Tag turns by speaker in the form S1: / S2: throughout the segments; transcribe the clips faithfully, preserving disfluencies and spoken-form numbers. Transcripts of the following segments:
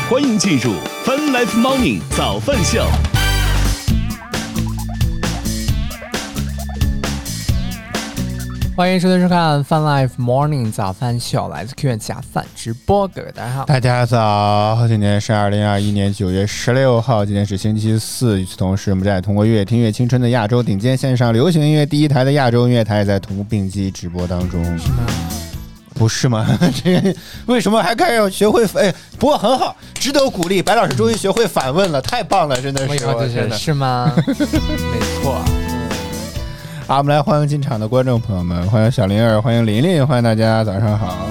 S1: 欢迎进入 Fun Life Morning 早饭秀。
S2: 欢迎收听收看 Fun Life Morning 早饭秀，来自 Q 院假饭直播，各位大家好。
S3: 大家早，今天是二零二一年九月十六号，今天是星期四。与此同时，我们在通过乐听乐青春的亚洲顶尖线上流行音乐第一台的亚洲音乐台也在同步并机直播当中。
S2: 是吗？
S3: 不是吗？这个为什么还开始学会？哎，不过很好，值得鼓励。白老师终于学会反问了，太棒了，真的是。
S2: 我就是是吗？没错。
S3: 好，我们来欢迎进场的观众朋友们，欢迎小灵儿，欢迎琳琳，欢迎大家，早上好。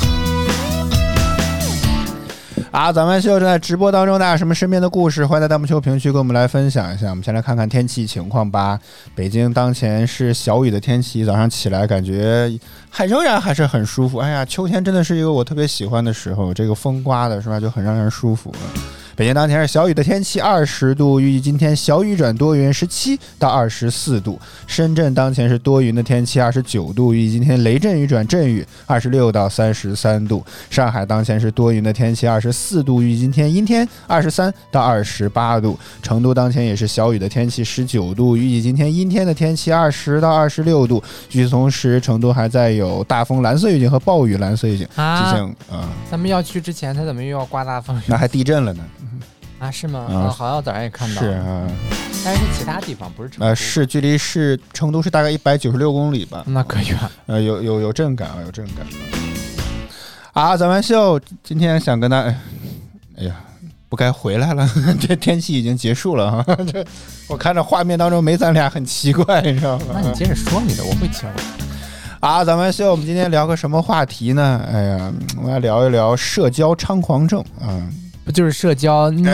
S3: 啊，咱们秀正在直播当中，大家有什么身边的故事，欢迎在弹幕区评区跟我们来分享一下。我们先来看看天气情况吧。北京当前是小雨的天气，早上起来感觉还仍然还是很舒服。哎呀，秋天真的是一个我特别喜欢的时候，这个风刮的是吧，就很让人舒服。北京当前是小雨的天气，二十度，预计今天小雨转多云，十七到二十四度。深圳当前是多云的天气，二十九度，预计今天雷阵雨转阵雨，二十六到三十三度。上海当前是多云的天气，二十四度，预计今天阴天，二十三到二十八度。成都当前也是小雨的天气，十九度，预计今天阴天的天气，二十到二十六度。与此同时，成都还在有大风蓝色预警和暴雨蓝色预警。
S2: 啊，
S3: 嗯、呃，
S2: 咱们要去之前，它怎么又要刮大风？
S3: 那还地震了呢。
S2: 啊，是吗？
S3: 啊，
S2: 哦、好像早上也看到。
S3: 是啊，
S2: 但是其他地方不是成都。
S3: 呃，是距离是成都是大概一百九十六公里吧？
S2: 那可远。
S3: 呃，有有有震感啊，有震感。啊，早饭秀今天想跟大家，哎呀，不该回来了，这天气已经结束了哈。这我看着画面当中没咱俩很奇怪，你知道吗？
S2: 那你接着说你的，我会接我。
S3: 啊，早饭秀，我们今天聊个什么话题呢？哎呀，我们来聊一聊社交猖狂症啊。
S2: 不就是社交？嗯、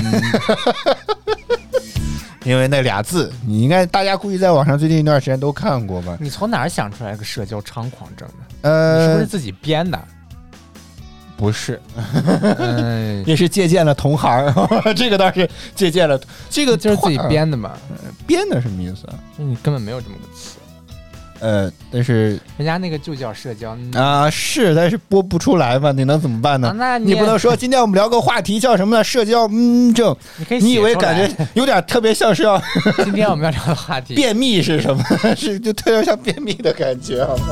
S3: 因为那俩字，你应该大家估计在网上最近一段时间都看过吧？
S2: 你从哪儿想出来个社交猖狂症的？
S3: 呃，
S2: 你是不是自己编的？
S3: 不是，
S2: 嗯，
S3: 也是借鉴了同行，这个倒是借鉴了，这个
S2: 就是自己编的嘛？
S3: 编的什么意思啊？
S2: 你根本没有这么个词。
S3: 呃，但是
S2: 人家那个就叫社交
S3: 啊，是，但是播不出来嘛，你能怎么办呢？
S2: 啊、那 你,
S3: 你不能说今天我们聊个话题叫什么呢？社交嗯症，
S2: 你可以，
S3: 你以为感觉有点特别像是要
S2: 今天我们要聊的话题
S3: 便秘是什么？是就特别像便秘的感觉，好吗？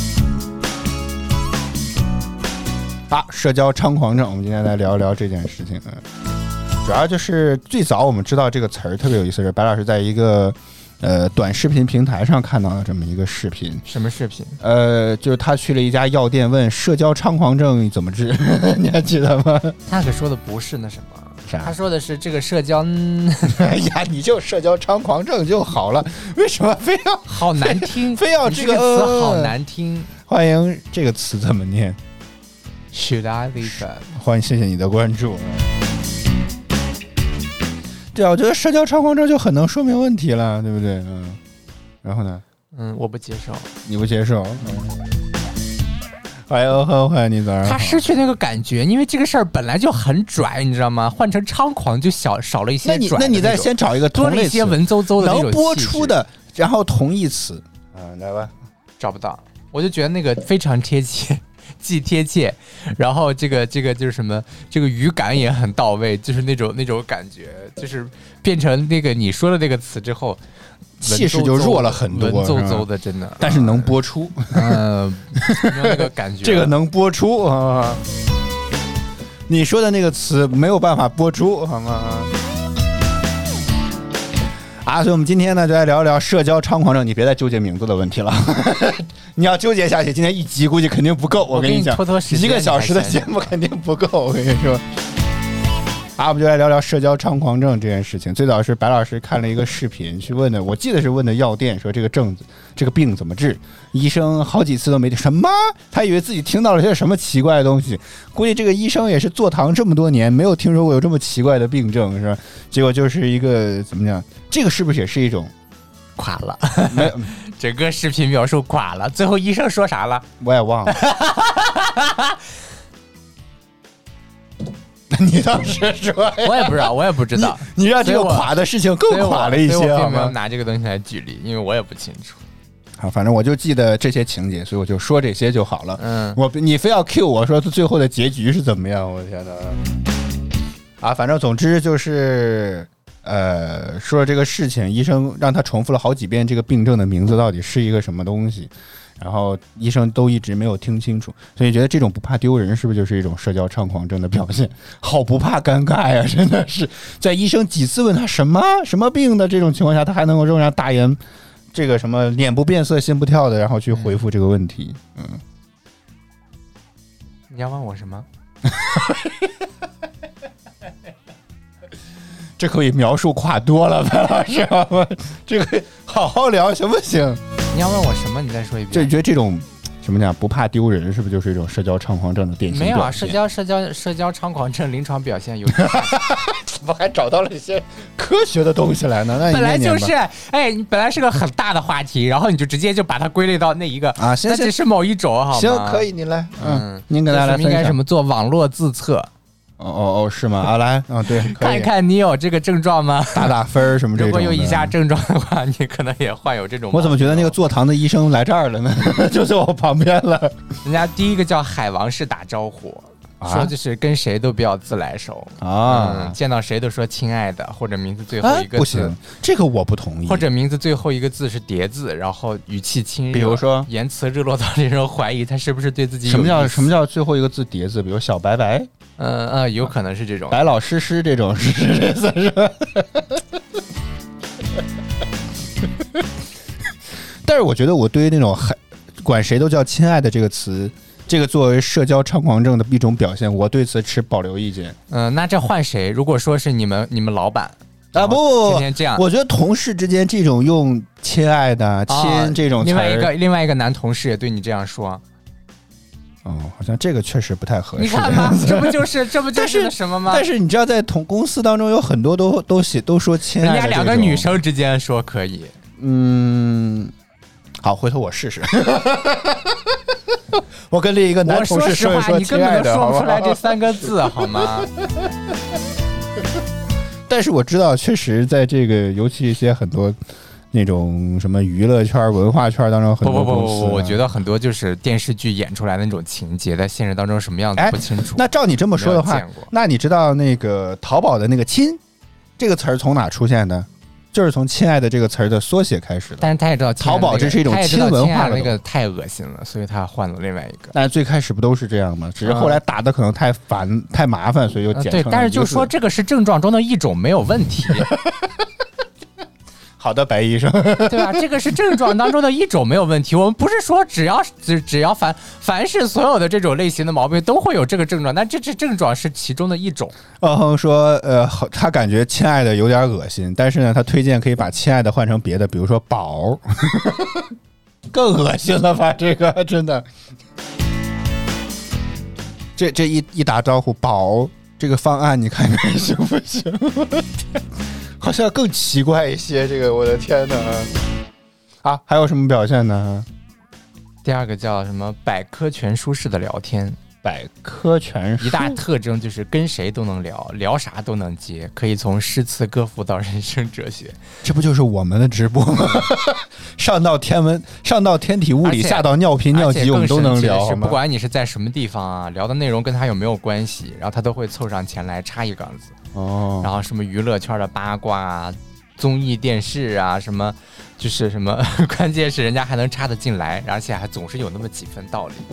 S3: 啊，社交猖狂症，我们今天来聊一聊这件事情。嗯，主要就是最早我们知道这个词儿特别有意思，是白老师在一个。呃，短视频平台上看到了这么一个视频。
S2: 什么视频？
S3: 呃，就是他去了一家药店，问社交猖狂症怎么治，你还记得吗？
S2: 他可说的不是那什么，
S3: 啥？
S2: 他说的是这个社交。嗯、
S3: 哎呀，你就社交猖狂症就好了，为什么非要
S2: 好难听？
S3: 非要这个
S2: 词好难听。
S3: 欢迎这个词怎么念
S2: ？Should I leave？
S3: 欢迎，谢谢你的关注。对啊，我觉得社交猖狂症就很能说明问题了，对不对？嗯，然后呢？
S2: 嗯，我不接受。
S3: 你不接受？嗯、欢迎欢迎欢迎你早上好。
S2: 他失去那个感觉，因为这个事儿本来就很拽，你知道吗？换成猖狂就小少了一些拽。
S3: 那你那你再先找一个同类词，
S2: 多了一些文绉绉的那种
S3: 能播出的，然后同义词啊，来吧。
S2: 找不到，我就觉得那个非常贴切。既贴切，然后这个这个就是什么，这个语感也很到位，就是那种那种感觉，就是变成那个你说的那个词之后，
S3: 气势就弱了很多，
S2: 文绉绉的，真的。
S3: 但是能播出，
S2: 嗯，那个感觉，
S3: 这个能播出啊。你说的那个词没有办法播出，好吗？啊，所以我们今天呢就来聊一聊社交猖狂症，你别再纠结名字的问题了。你要纠结下去，今天一集估计肯定不够。我跟你讲，
S2: 拖拖时间
S3: 一个小时的节目肯定不够。我跟你说，啊，我们就来聊聊社交猖狂症这件事情。最早是白老师看了一个视频去问的，我记得是问的药店，说这个症这个病怎么治，医生好几次都没什么，他以为自己听到了些什么奇怪的东西。估计这个医生也是坐堂这么多年，没有听说过有这么奇怪的病症，是吧？结果就是一个怎么讲，这个是不是也是一种
S2: 垮了？没有，整个视频描述垮了。最后医生说啥了？
S3: 我也忘了。你当时说，
S2: 我也不知道，我也不知道。
S3: 你, 你让这个垮的事情更垮了一些，
S2: 所以我并没有拿这个东西来举例，因为我也不清楚。
S3: 好，反正我就记得这些情节，所以我就说这些就好了。
S2: 嗯，
S3: 我你非要 cue 我说最后的结局是怎么样？我的天哪！ 啊，反正总之就是。呃，说了这个事情，医生让他重复了好几遍这个病症的名字到底是一个什么东西，然后医生都一直没有听清楚，所以觉得这种不怕丢人是不是就是一种社交猖狂症的表现？好不怕尴尬呀，真的是在医生几次问他什么什么病的这种情况下，他还能够仍然大言这个什么脸不变色心不跳的，然后去回复这个问题。嗯，
S2: 你要问我什么？
S3: 这可以描述跨多了，白老师，这个好好聊行不行？
S2: 你要问我什么？你再说一遍。
S3: 就觉得这种什么讲不怕丢人，是不是就是一种社交猖狂症的典型表现？
S2: 没有啊，社交社交社交猖狂症临床表现有。
S3: 怎么还找到了一些科学的东西来呢？那你
S2: 本来就是，哎，你本来是个很大的话题，然后你就直接就把它归类到那一个
S3: 啊，行，
S2: 那只是某一种，好吗？
S3: 行，可以，你来，嗯，您给大家来分享
S2: 应该什么做网络自测。
S3: 哦哦哦，是吗？啊，来，啊，对，
S2: 看看你有这个症状吗？
S3: 打打分什么这种。
S2: 如果有以下症状的话，你可能也患有这种。
S3: 我怎么觉得那个坐堂的医生来这儿了呢？就在我旁边了。
S2: 人家第一个叫海王式打招呼，啊、说就是跟谁都不要自来熟
S3: 啊、
S2: 嗯，见到谁都说亲爱的，或者名字最后一个字、啊、
S3: 不行，这个我不同意。
S2: 或者名字最后一个字是叠字，然后语气亲热，
S3: 比如说
S2: 言辞热络到令人怀疑他是不是对自己有
S3: 什么叫什么叫最后一个字叠字？比如小白白。
S2: 呃呃，有可能是这种
S3: 白老师师这种是这算是吧？但是我觉得我对于那种管谁都叫亲爱的这个词，这个作为社交猖狂症的一种表现，我对此持保留意见。
S2: 嗯、呃，那这换谁？如果说是你们你们老板
S3: 啊，不，
S2: 天天这样，
S3: 我觉得同事之间这种用亲爱的、亲、啊、这种词，
S2: 另外一个另外一个男同事也对你这样说。
S3: 哦，好像这个确实不太合适。
S2: 你看吧，这不就是这不就是什么吗？
S3: 但是你知道，在同公司当中有很多都都写都说亲爱的，
S2: 人家两个女生之间说可以。
S3: 嗯，好，回头我试试。我跟另一个男同事说一说亲爱的，
S2: 你根本都说不出来这三个字，好吗？
S3: 但是我知道，确实在这个，尤其一些很多。那种什么娱乐圈、文化圈当中很多公司、啊，
S2: 不不不不，我觉得很多就是电视剧演出来的那种情节，在现实当中什么样子不清楚。
S3: 那照你这么说的话，那你知道那个淘宝的那个“亲”这个词儿从哪出现的？就是从“亲爱的”这个词儿的缩写开始的。
S2: 但是他也知道、那个、
S3: 淘宝这是一种亲文化的
S2: 那个太恶心了，所以他换了另外一个。
S3: 但是最开始不都是这样吗？只是后来打的可能太烦、嗯、太麻烦，所以就简称了、
S2: 呃。对，但是就说这个是症状中的一种，没有问题。
S3: 好的，白医生，
S2: 对吧？这个是症状当中的一种，没有问题。我们不是说只要只只要凡凡是所有的这种类型的毛病都会有这个症状，但这这症状是其中的一种。
S3: 二亨说，呃，他感觉亲爱的有点恶心，但是呢，他推荐可以把亲爱的换成别的，比如说宝，更恶心了吧？这个真的，这这一一打招呼，宝这个方案你看看行不行？好像更奇怪一些，这个我的天哪！啊，还有什么表现呢？
S2: 第二个叫什么百科全书式的聊天，
S3: 百科全书
S2: 一大特征就是跟谁都能聊，聊啥都能接，可以从诗词歌赋到人生哲学。
S3: 这不就是我们的直播吗？上到天文，上到天体物理，下到尿频尿急，我们都能聊。
S2: 是不管你是在什么地方啊，聊的内容跟他有没有关系，然后他都会凑上前来插一杠子。
S3: 哦，
S2: 然后什么娱乐圈的八卦啊、综艺电视啊，什么就是什么，关键是人家还能插得进来，而且还总是有那么几分道理。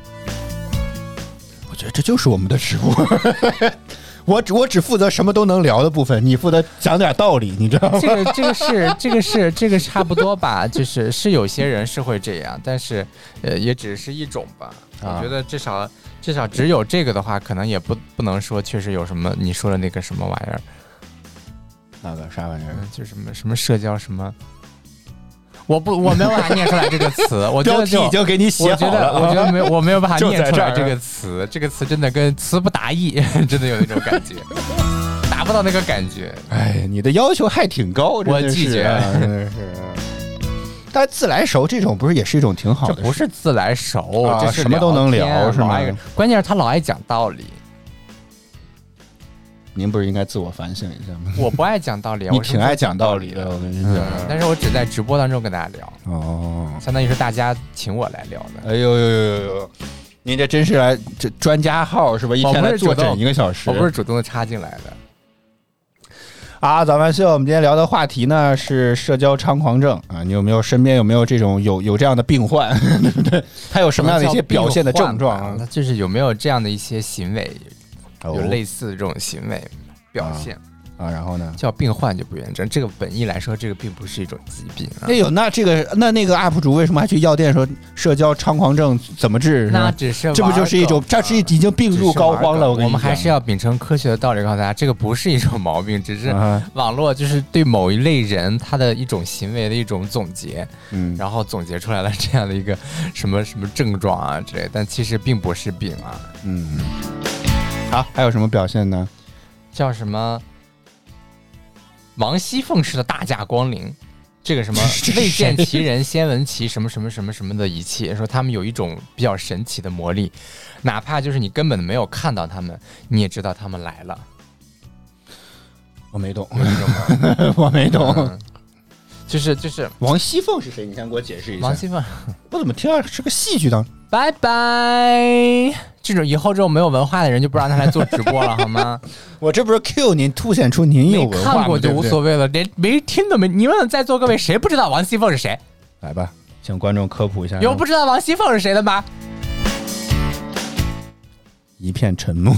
S3: 我觉得这就是我们的直播。我只我只负责什么都能聊的部分，你负责讲点道理，你知道吗？
S2: 这个这个是这个是这个差不多吧，就是是有些人是会这样，但是呃也只是一种吧。我觉得至少至少只有这个的话，可能也不不能说确实有什么你说的那个什么玩意儿，
S3: 那个啥玩意儿，
S2: 嗯、就什么什么社交什么。我不，我没有办法念出来这个词。我觉得
S3: 标题已经给你写好了。
S2: 我觉得，我觉得没有，我没有办法念出来这个词。这个词真的跟词不达意，真的有那种感觉，达不到那个感觉。
S3: 哎，你的要求还挺高，真
S2: 我
S3: 的是
S2: 拒绝。
S3: 真的是。但自来熟这种不是也是一种挺好的？
S2: 这不是自来熟，
S3: 啊、
S2: 这是
S3: 什么都能聊，是吗？
S2: 关键是他老爱讲道理。
S3: 您不是应该自我反省一下吗？
S2: 我不爱讲道理，
S3: 你挺爱讲道理的，我跟你讲、嗯。
S2: 但是我只在直播当中跟大家聊，
S3: 哦，
S2: 相当于是大家请我来聊的。
S3: 哎呦呦呦呦呦！ 您这真是来这专家号是吧？一天来坐诊一个小时，
S2: 我不是主动的插进来的。
S3: 啊，早饭秀，我们今天聊的话题呢是社交猖狂症啊，你有没有身边有没有这种有有这样的病患，对不对？他有什么样的一些表现的症状啊？
S2: 就是有没有这样的一些行为，有类似的这种行为表现。
S3: 啊啊，然后呢？
S2: 叫病患就不严正，这个本意来说，这个并不是一种疾病、啊。
S3: 那有那这个那那个 U P 主为什么还去药店说社交猖狂症怎么治？
S2: 那只是
S3: 这不就是一种，这是已经病入膏肓了。我跟你
S2: 我们还是要秉承科学的道理告诉大家，这个不是一种毛病，只是网络就是对某一类人他的一种行为的一种总结，嗯，然后总结出来了这样的一个什么什么症状啊之类，但其实并不是病啊。
S3: 嗯，好，还有什么表现呢？
S2: 叫什么？王熙凤式的大驾光临，这个什么未见其人先闻其什么什么什么什么的一切，说他们有一种比较神奇的魔力，哪怕就是你根本没有看到他们，你也知道他们来了。
S3: 我没懂，我没懂，嗯、
S2: 就是就是
S3: 王熙凤是谁？你先给我解释一下。
S2: 王熙凤，
S3: 我怎么听到是个戏剧当中？
S2: 拜拜。这种以后这种没有文化的人就不让他来做直播了好吗？
S3: 我这不是 Q 您，凸显出您有文化，
S2: 没看过就无所谓了，连没听都没。你们在座各位谁不知道王熙凤是谁？
S3: 来吧，请观众科普一下。
S2: 有不知道王熙凤是谁的吗？
S3: 一片沉默，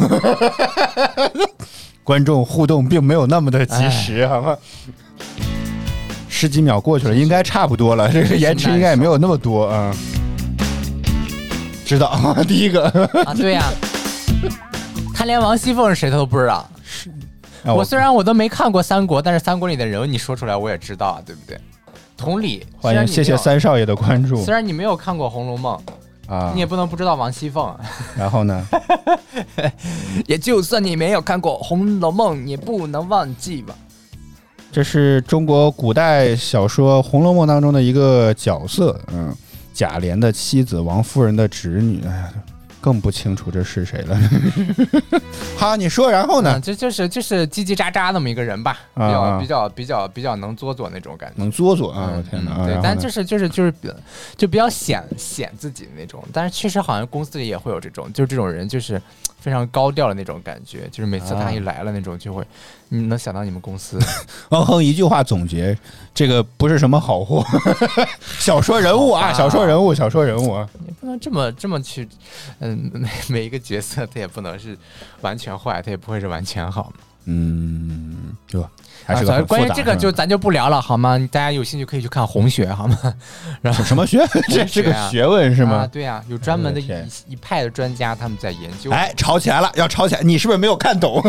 S3: 观众互动并没有那么的及时，好吗？十几秒过去了，应该差不多了，这个延迟应该也没有那么多啊。知道第一个
S2: 啊，对呀、啊，他连王熙凤是谁他都不知道。是，啊、我虽然我都没看过三国，但是三国里的人物你说出来我也知道啊，对不对？同理，
S3: 欢迎谢谢三少爷的关注。
S2: 虽然你没有看过《红楼梦》啊，你也不能不知道王熙凤。
S3: 然后呢？
S2: 也就算你没有看过《红楼梦》，也不能忘记吧。
S3: 这是中国古代小说《红楼梦》当中的一个角色，嗯。贾琏的妻子，王夫人的侄女，哎呀，更不清楚这是谁了。好，你说，然后呢？
S2: 这、嗯、就是就是叽叽喳喳那么一个人吧，比较、啊、比较比较比较能作作那种感觉，
S3: 能作作啊！
S2: 嗯、
S3: 天哪！
S2: 嗯、对，但就是就是就是就比较显显自己的那种，但是确实好像公司里也会有这种，就是这种人就是非常高调的那种感觉，就是每次他一来了那种就会，你能想到你们公司？
S3: 王恒一句话总结，这个不是什么好货，小说人物啊，小说人物，小说人物啊，
S2: 也不能这么这么去，嗯，每每一个角色他也不能是完全坏，他也不会是完全好嘛。
S3: 嗯，就还是个很复杂、
S2: 啊、关于这个就咱就不聊了好吗？大家有兴趣可以去看红学好吗？然后
S3: 什么学？这是个学问是吗？
S2: 啊，对啊，有专门的一一派的专家他们在研究。
S3: 哎，吵起来了，要吵起来，你是不是没有看懂？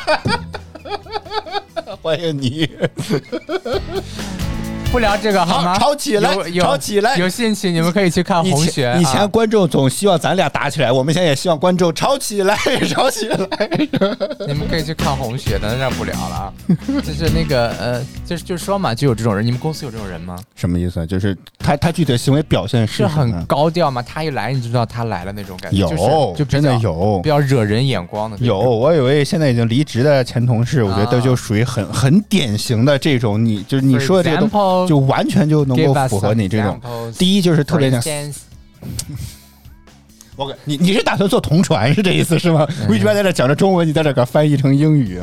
S3: 欢迎你。
S2: 不聊这个好吗？
S3: 吵起来，吵起来！
S2: 有兴趣你们可以去看红学。
S3: 以前观众总希望咱俩打起来，我们现在也希望观众吵起来，吵起来。
S2: 你们可以去看红学的，那不聊了啊。就是那个呃，就是就是说嘛，就有这种人。你们公司有这种人吗？
S3: 什么意思？就是他他具体的行为表现是
S2: 很高调吗？他一来你就知道他来了那种感觉。
S3: 有，
S2: 就是、就
S3: 真的有，
S2: 比较惹人眼光的。
S3: 有，我有位现在已经离职的前同事，我觉得就属于很很典型的这种，你就是你说的这个都。就完全就能够符合你这种。第一就是特别像，我你你是打算做同传是这意思是吗？我一直在这讲着中文，你在这给翻译成英语啊。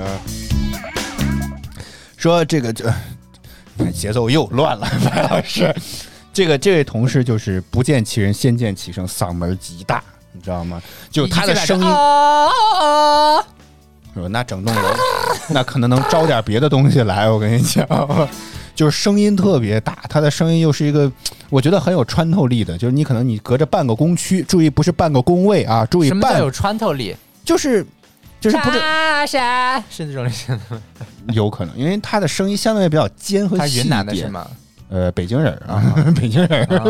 S3: 说这个这节奏又乱了，白老师。这个这位同事就是不见其人先见其声，嗓门极大，你知道吗？就他的声音。那整栋楼，那可能能招点别的东西来。我跟你讲。就是声音特别大，他的声音又是一个我觉得很有穿透力的，就是你可能你隔着半个工区，注意不是半个工位啊，注意半。
S2: 什么叫有穿透力？
S3: 就是就是不是
S2: 是这种类型的，
S3: 有可能，因为他的声音相对比较尖和细一点。
S2: 他云南的是吗？
S3: 呃，北京人啊，北京人。啊、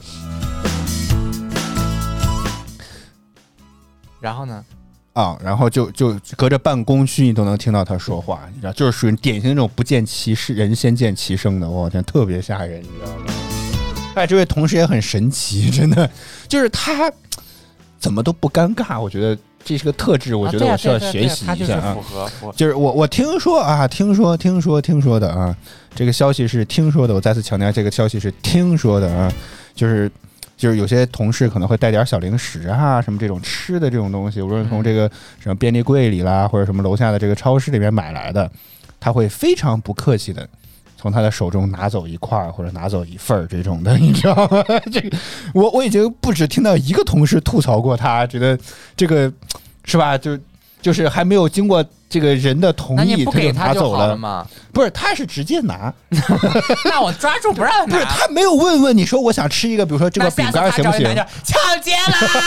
S2: 然后呢？
S3: 啊，然后就就隔着办公区，你都能听到他说话，你知道，就是属于典型那种不见其人先见其声的，我天，特别吓人，你知道吗？哎，这位同事也很神奇，真的，就是他怎么都不尴尬，我觉得这是个特质，我觉得我需要学习一下啊。就是我我听说啊，听说听说听说的啊，这个消息是听说的，我再次强调，这个消息是听说的啊，就是就是有些同事可能会带点小零食啊，什么这种吃的这种东西，无论从这个什么便利柜里啦，或者什么楼下的这个超市里面买来的，他会非常不客气的从他的手中拿走一块或者拿走一份这种的，你知道吗？这个我我已经不止听到一个同事吐槽过他，觉得这个是吧？就就是还没有经过这个人的同意，
S2: 那你不给他
S3: 他就拿走了
S2: 吗？
S3: 不是，他是直接拿。
S2: 那我抓住不让他拿。
S3: 不是，他没有问问你说我想吃一个，比如说这个饼干行不行？
S2: 抢劫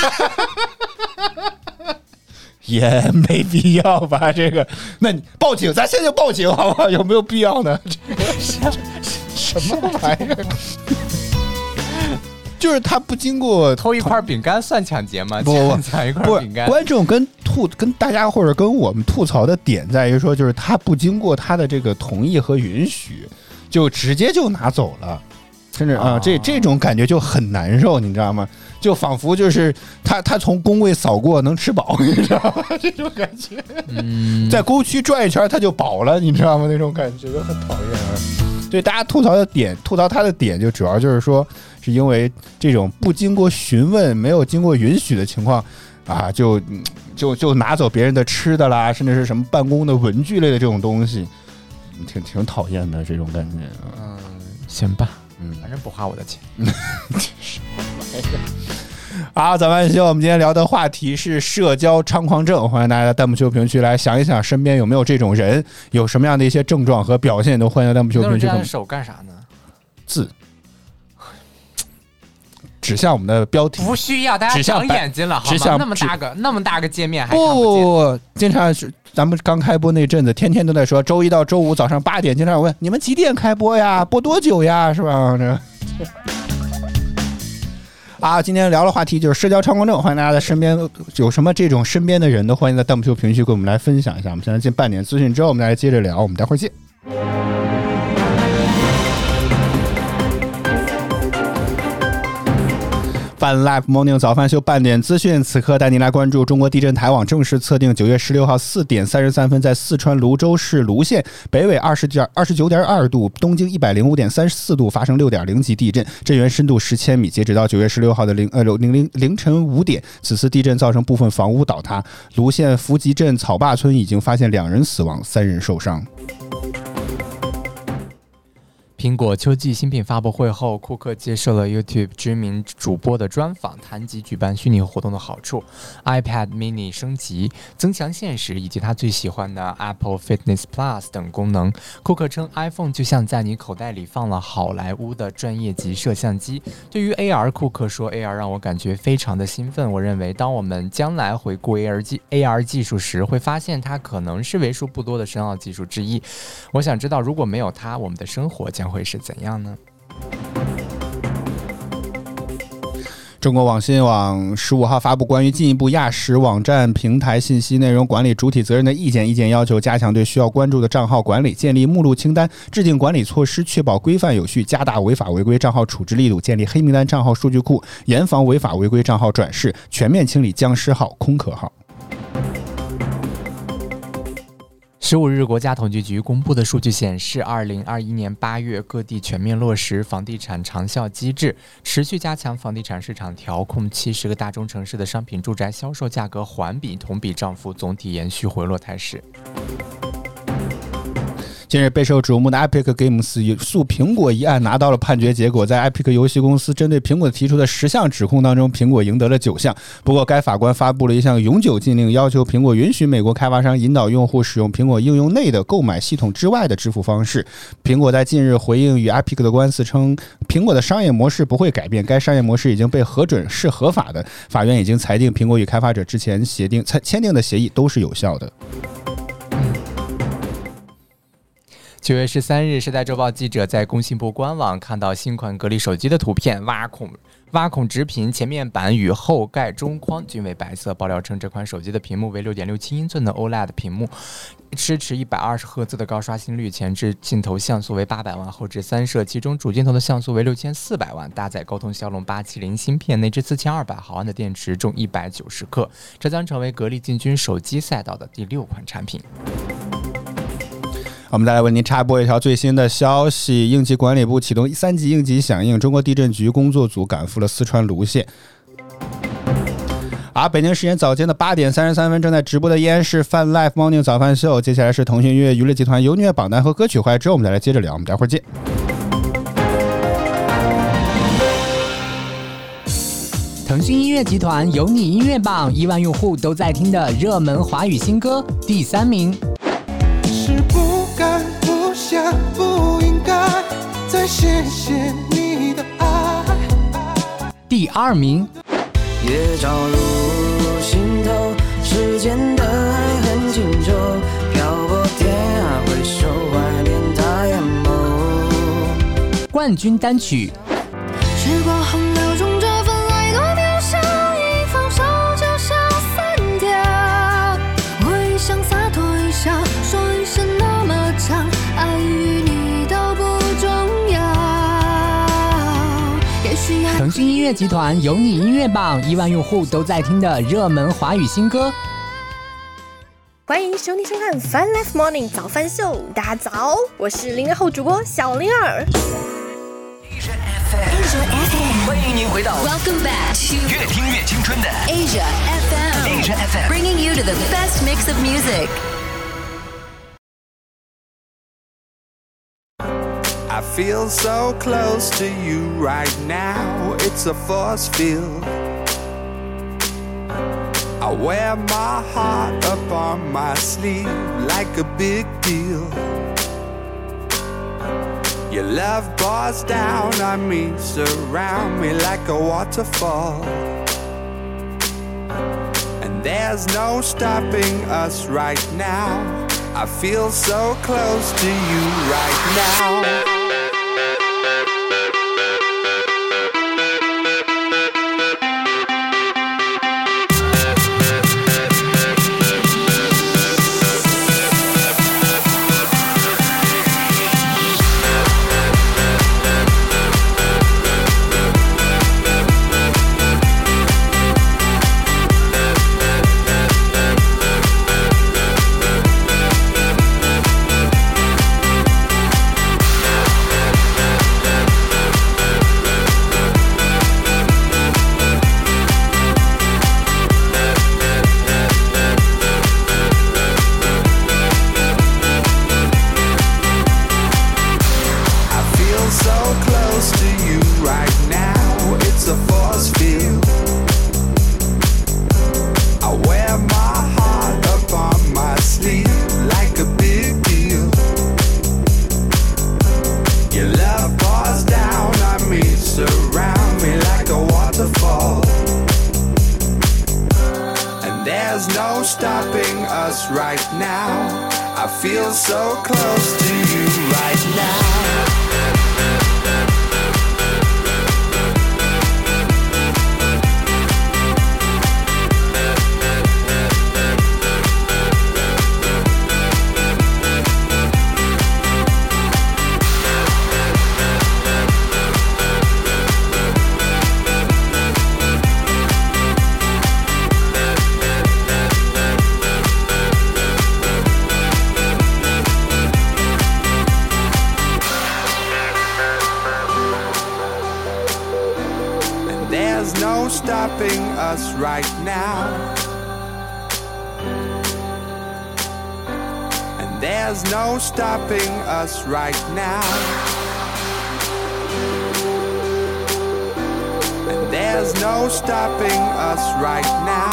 S2: 了。
S3: 也没必要吧，这个，那你报警，咱现在就报警好不好？有没有必要呢？这个什么玩意儿？就是他不经过
S2: 偷一块饼干算抢劫吗？
S3: 不不
S2: 抢一块饼干。
S3: 观众跟吐跟大家或者跟我们吐槽的点在于说，就是他不经过他的这个同意和允许，就直接就拿走了，甚至啊、呃，这这种感觉就很难受，你知道吗？就仿佛就是他他从工位扫过能吃饱，你知道吗？这种感觉，嗯，在沟区转一圈他就饱了，你知道吗？那种感觉就很讨厌啊。对，大家吐槽的点，吐槽他的点就主要就是说，是因为这种不经过询问、没有经过允许的情况啊，就就就拿走别人的吃的啦，甚至是什么办公的文具类的这种东西，挺挺讨厌的这种感觉。
S2: 嗯，行吧。
S3: 嗯，
S2: 反正不花我的钱。
S3: 好，早安秀，我们今天聊的话题是社交猖狂症，欢迎大家在弹幕区评论区来想一想，身边有没有这种人，有什么样的一些症状和表现，都欢迎在弹幕区评论区。
S2: 手干啥呢？
S3: 字指向我们的标题，
S2: 不需要，大家长眼睛了，好吗？那么大个那么大个界面还看不见。
S3: 不不不，经常是咱们刚开播那阵子，天天都在说周一到周五早上八点，经常问你们几点开播呀？播多久呀？是吧？这啊，今天聊的话题就是社交猖狂症，欢迎大家在身边有什么这种身边的人都欢迎在弹幕区评论区跟我们来分享一下。我们现在进半点资讯之后，我们再来接着聊，我们待会儿见。Fun Life Morning 早饭秀半点资讯，此刻带您来关注中国地震台网正式测定九月十六号四点三十三分，在四川泸州市泸县北纬二十点二十九点二度，东经一百零五点三十四度发生六点零级地震，震源深度十千米。截止到九月十六号的零呃零零凌晨五点，此次地震造成部分房屋倒塌，泸县福吉镇草坝村已经发现两人死亡，三人受伤。
S2: 苹果秋季新品发布会后，库克接受了 YouTube 知名主播的专访，谈及举办虚拟活动的好处、iPad mini 升级、增强现实以及他最喜欢的 Apple Fitness Plus 等功能。库克称 iPhone 就像在你口袋里放了好莱坞的专业级摄像机。对于 A R， 库克说 A R 让我感觉非常的兴奋。我认为当我们将来回顾 A R 技 A R 技术时，会发现它可能是为数不多的深奥技术之一。我想知道如果没有它，我们的生活将会是怎样呢？
S3: 中国网信网十五号发布关于进一步压实网站平台信息内容管理主体责任的意见，意见要求加强对需要关注的账号管理，建立目录清单，制定管理措施，确保规范有序，加大违法违规账号处置力度，建立黑名单账号数据库，严防违法违规账号转世，全面清理僵尸号、空壳号。
S2: 十五日，国家统计局公布的数据显示，二零二一年八月，各地全面落实房地产长效机制，持续加强房地产市场调控。七十个大中城市的商品住宅销售价格环比、同比涨幅总体延续回落态势。
S3: 近日备受瞩目的 Epic Games 诉苹果一案拿到了判决结果，在 Epic 游戏公司针对苹果提出的十项指控当中，苹果赢得了九项。不过该法官发布了一项永久禁令，要求苹果允许美国开发商引导用户使用苹果应用内的购买系统之外的支付方式。苹果在近日回应与 Epic 的官司称，苹果的商业模式不会改变，该商业模式已经被核准是合法的。法院已经裁定苹果与开发者之前协定签订的协议都是有效的。
S2: 九月十三日，时代周报记者在工信部官网看到新款格力手机的图片，挖孔挖孔直屏，前面板与后盖中框均为白色。爆料称，这款手机的屏幕为 六点六七英寸的 O L E D 屏幕，支持一百二十赫兹的高刷新率，前置镜头像素为八百万，后置三摄，其中主镜头的像素为六千四百万，搭载高通骁龙八七零芯片，内置四千二百毫安的电池，重一百九十克。这将成为格力进军手机赛道的第六款产品。
S3: 我们再来为您插播一条最新的消息，应急管理部启动三级应急响应，中国地震局工作组赶赴了四川泸县。好，北京时间早间的八点三十三分，正在直播的依然是 Fun Life Morning 早饭秀，接下来是腾讯音乐娱乐集团有虐榜单和歌曲怀之后，我们再来接着聊，我们待会儿见。
S4: 腾讯音乐集团有你音乐榜，亿万用户都在听的热门华语新歌第三名。
S5: 是不敢不想不应该再谢谢你的爱。
S4: 第二名。
S6: 夜照入心头，时间的爱很清楚，漂泊天涯回首，怀念他眼眸。
S4: 冠军单曲。
S7: 时光洪流中，这份爱多渺小，一放手就消散掉。我一想洒脱一笑，说一声那么长，爱与你都不重要。也许还
S4: 腾讯音乐集团有你音乐榜，亿万用户都在听的热门华语新歌。
S8: 欢迎收听收看 Fun Life Morning 早饭秀，大家早，我是零零后主播小灵儿。
S9: Asia F M， 欢迎您回到
S10: Welcome back to
S9: 越听越青春的
S10: Asia F M，
S9: Asia F M，
S10: bringing you to the best mix of music.
S5: I feel so close to you right now, it's a force field. I wear my heart up on my sleeve like a big deal. Your love pours down on me, surround me like a waterfall. And there's no stopping us right now. I feel so close to you right now. Stopping us right now. I feel so close to you right now. Stopping us right now. And there's no stopping us right now. And there's no stopping us right now.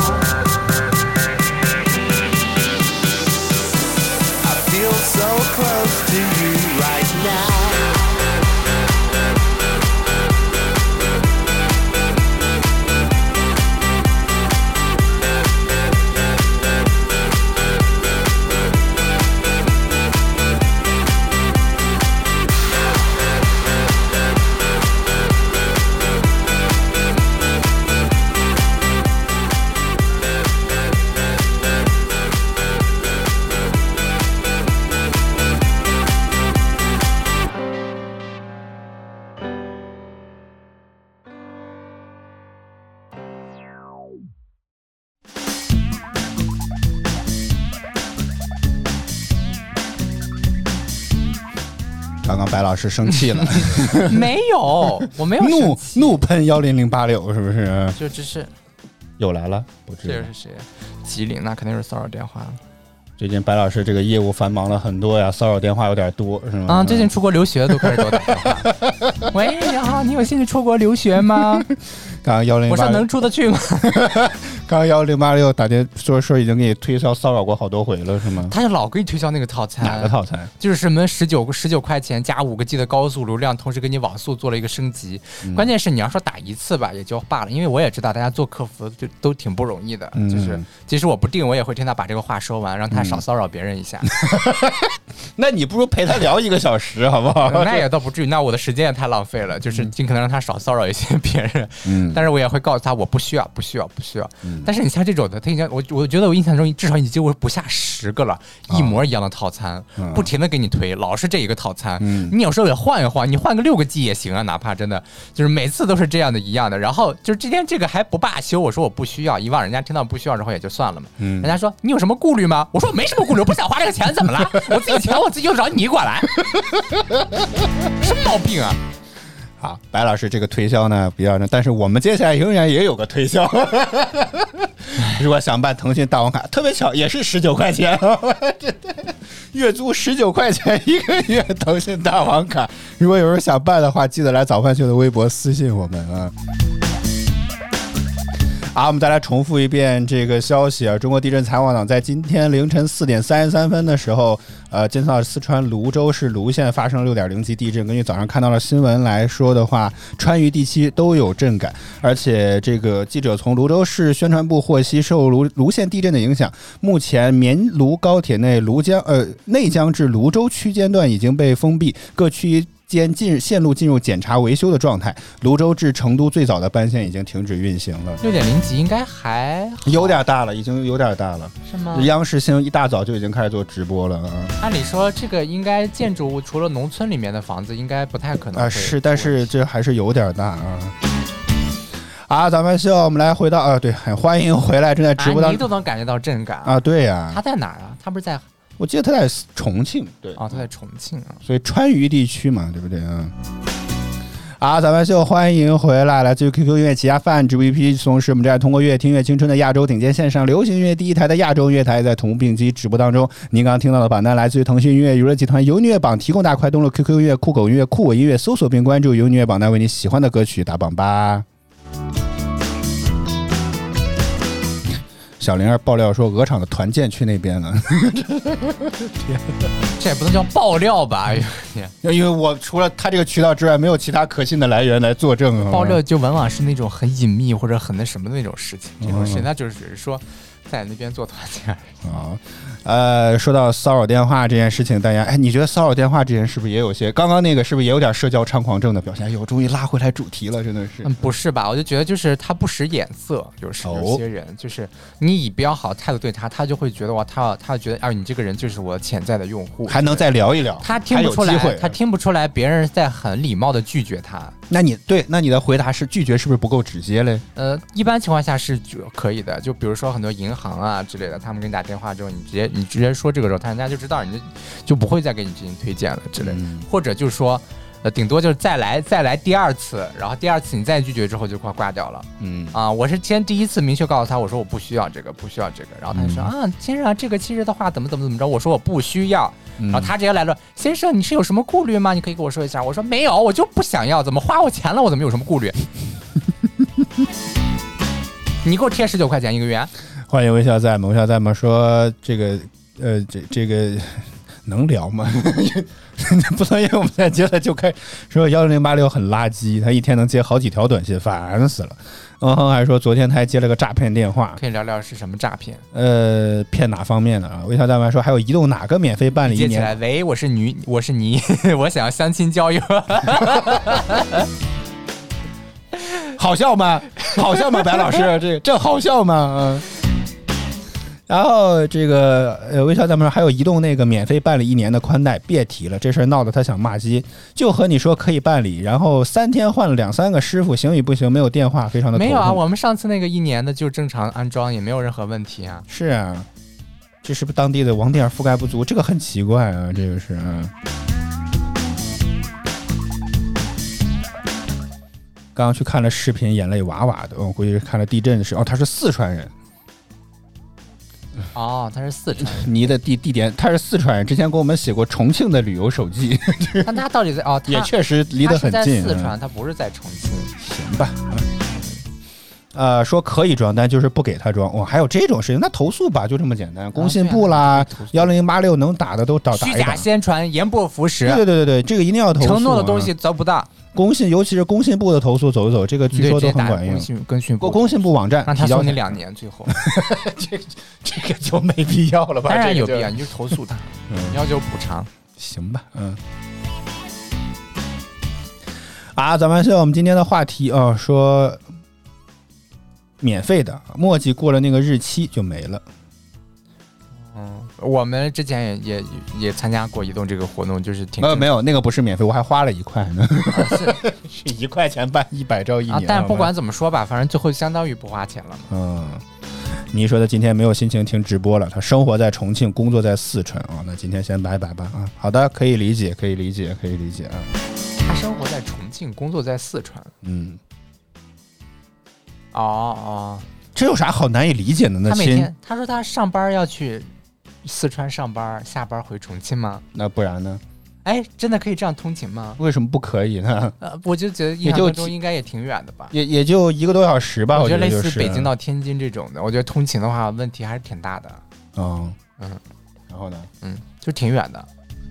S5: I feel so close to you right now.
S3: 刚刚白老师生气了，
S2: 没有，我没有
S3: 怒怒喷幺零零八六，是不是？
S2: 就这是
S3: 又来了，不知
S2: 这是谁？吉林，那肯定是骚扰电话了。
S3: 最近白老师这个业务繁忙了很多呀，骚扰电话有点多，是吗？
S2: 啊，最近出国留学都开始给我打电话。喂，你好，你有兴趣出国留学吗？
S3: 刚刚幺零，
S2: 我说能出得去吗？
S3: 刚刚幺零八六打电说说已经给你推销骚扰过好多回了，是吗？
S2: 他就老给你推销那个套餐，
S3: 哪个套餐？
S2: 就是什么十九十九块钱加五个 G 的高速流量，同时给你网速做了一个升级。嗯、关键是你要说打一次吧，也就罢了，因为我也知道大家做客服就都挺不容易的，嗯、就是即使我不定，我也会听他把这个话说完，让他少骚扰别人一下。
S3: 嗯、那你不如陪他聊一个小时，好不好？
S2: 那也倒不至于，那我的时间也太浪费了，就是尽可能让他少骚扰一些别人。嗯，但是我也会告诉他我不需要，不需要，不需要。嗯、但是你像这种的，他已经我我觉得我印象中至少已经不下十个了，一模一样的套餐，哦、不停的给你推，老是这一个套餐。嗯、你有时候也换一换，你换个六个 G 也行啊，哪怕真的就是每次都是这样的一样的。然后就是今天这个还不罢休，我说我不需要，以往人家听到不需要之后也就算了嘛。嗯、人家说你有什么顾虑吗？我说没什么顾虑，我不想花这个钱，怎么了？我自己钱我自己就找你管来，什么毛病啊？
S3: 好，白老师这个推销呢比较，但是我们接下来永远也有个推销。如果想办腾讯大王卡，特别巧也是十九块钱，月租十九块钱一个月腾讯大王卡。如果有人想办的话，记得来早饭秀的微博私信我们啊。好，我们再来重复一遍这个消息啊！中国地震财网党在今天凌晨四点三十三分的时候，呃，监测到四川泸州市泸县发生了六点零级地震。根据早上看到的新闻来说的话，川渝地区都有震感，而且这个记者从泸州市宣传部获悉，受泸泸县地震的影响，目前绵泸高铁内泸江呃内江至泸州区间段已经被封闭，各区间进线路进入检查维修的状态。泸州至成都最早的班线已经停止运行了。
S2: 六点零级应该还
S3: 有点大了，已经有点大了，
S2: 是吗？
S3: 央视新闻一大早就已经开始做直播了啊。
S2: 按理说，这个应该建筑物除了农村里面的房子，应该不太可能
S3: 啊。是，但是这还是有点大啊。啊，咱们秀，我们来回到啊，对，很欢迎回来，正在直播当中，
S2: 你都能感觉到震感
S3: 啊。对呀、啊，
S2: 他在哪儿啊？他不是在？
S3: 我记得他在重庆，对
S2: 啊、哦，他在重庆啊，
S3: 所以川渝地区嘛，对不对啊？好，咱们秀欢迎回来，来自于 Q Q 音乐起家饭直播 A P P， 同时我们正在通过乐听乐青春的亚洲顶尖线上流行音乐第一台的亚洲音乐台，在同步并机直播当中。您刚刚听到的榜单来自于腾讯音乐娱乐集团游音乐榜提供，大快登录 Q Q 音乐、酷狗音乐、酷我音乐，搜索并关注游音乐榜单，为你喜欢的歌曲打榜吧。小玲儿爆料说，鹅厂的团建去那边了。
S2: 这也不能叫爆料吧？
S3: 因为我除了他这个渠道之外，没有其他可信的来源来作证。
S2: 爆料就往往是那种很隐秘或者很那什么的那种事情，这种事情他就是只是说在那边做团建
S3: 啊。呃，说到骚扰电话这件事情，大家哎，你觉得骚扰电话这件是不是也有些？刚刚那个是不是也有点社交猖狂症的表现？哎呦，终于拉回来主题了，真的是。
S2: 嗯，不是吧？我就觉得就是他不识眼色，有时有些人就是你以比较好的态度对他，他就会觉得哇，他他觉得啊，你这个人就是我潜在的用户，
S3: 还能再聊一聊。
S2: 他听不出来，他听不出来别人在很礼貌的拒绝他。
S3: 那你对，那你的回答是拒绝是不是不够直接嘞？
S2: 呃，一般情况下是可以的，就比如说很多银行啊之类的，他们给你打电话之后，你直接你直接说这个。他人家就知道，人家就不会再给你进行推荐了之类的，嗯、或者就是说，呃，顶多就是再来再来第二次，然后第二次你再拒绝之后就快挂掉了。嗯啊，我是先第一次明确告诉他，我说我不需要这个，不需要这个，然后他就说、嗯、啊，先生，这个其实的话怎么怎么怎么着，我说我不需要，嗯、然后他直接来了，先生，你是有什么顾虑吗？你可以跟我说一下。我说没有，我就不想要，怎么花我钱了，我怎么有什么顾虑？你给我贴十九块钱一个月。
S3: 欢迎微笑在吗？微笑在吗？说这个。呃，这这个能聊吗？不能，因为我们现在接了就开说幺零零八六很垃圾，他一天能接好几条短信，烦死了。嗯哼，还说昨天他还接了个诈骗电话，
S2: 可以聊聊是什么诈骗？
S3: 呃，骗哪方面的啊？微笑大妈说还有移动哪个免费办理一年？
S2: 接起来，喂，我是女，我是你，我想要相亲交友。
S3: 好笑吗？好笑吗？白老师，这这好笑吗？嗯。然后这个呃，微笑咱们说还有移动那个免费办理一年的宽带，别提了，这事儿闹得他想骂街，就和你说可以办理，然后三天换了两三个师傅，行与不行，没有电话，非常的头痛。
S2: 没有啊，我们上次那个一年的就正常安装，也没有任何问题啊。
S3: 是啊，这是不是当地的网点覆盖不足？这个很奇怪啊，这个是啊。 刚刚去看了视频，眼泪哇哇的。我估计是看了地震的时候，哦，他是四川人。
S2: 哦，他是四川人。
S3: 你的地地点，他是四川人，之前给我们写过重庆的旅游手记。
S2: 但他到底在哦，
S3: 也确实离得很近。
S2: 他是在四川，他不是在重庆。
S3: 行吧。呃，说可以装，但就是不给他装。哇、哦，还有这种事情，那投诉吧，就这么简单。工信部啦，幺零零八六能打的都打打一打。
S2: 虚假宣传，言不符实。
S3: 对对对对对，这个一定要投诉、啊。
S2: 承诺的东西做不到。
S3: 工信，尤其是工信部的投诉，走一走，这个据说都很管用。
S2: 工信部，
S3: 工信部网站，
S2: 让他送你两年，最后。
S3: 这这个就没必要了吧？
S2: 当然有必要，你就投诉他，嗯、要求补偿。
S3: 行吧，嗯。啊，咱们是我们今天的话题啊，说。免费的，墨迹过了那个日期就没了。
S2: 嗯，我们之前也也也参加过移动这个活动，就是挺
S3: 呃没有那个不是免费，我还花了一块呢，啊、是是一块钱办一百兆一年、啊。
S2: 但不管怎么说吧，反正最后相当于不花钱了嘛。
S3: 嗯，你说的今天没有心情听直播了，他生活在重庆，工作在四川啊，那今天先拜拜吧啊。好的，可以理解，可以理解，可以理解啊。
S2: 他生活在重庆，工作在四川。
S3: 嗯。
S2: 哦哦，
S3: 这有啥好难以理解的呢？
S2: 他每天他说他上班要去四川上班，下班回重庆吗？
S3: 那不然呢？
S2: 哎，真的可以这样通勤吗？
S3: 为什么不可以呢？
S2: 呃，我就觉得印象当中应该也挺远的吧，
S3: 也也就一个多小时吧。
S2: 我觉得类
S3: 似
S2: 北京到天津这种的，我觉得通勤的话问题还是挺大的。
S3: 嗯
S2: 嗯，
S3: 然后呢？
S2: 嗯，就挺远的。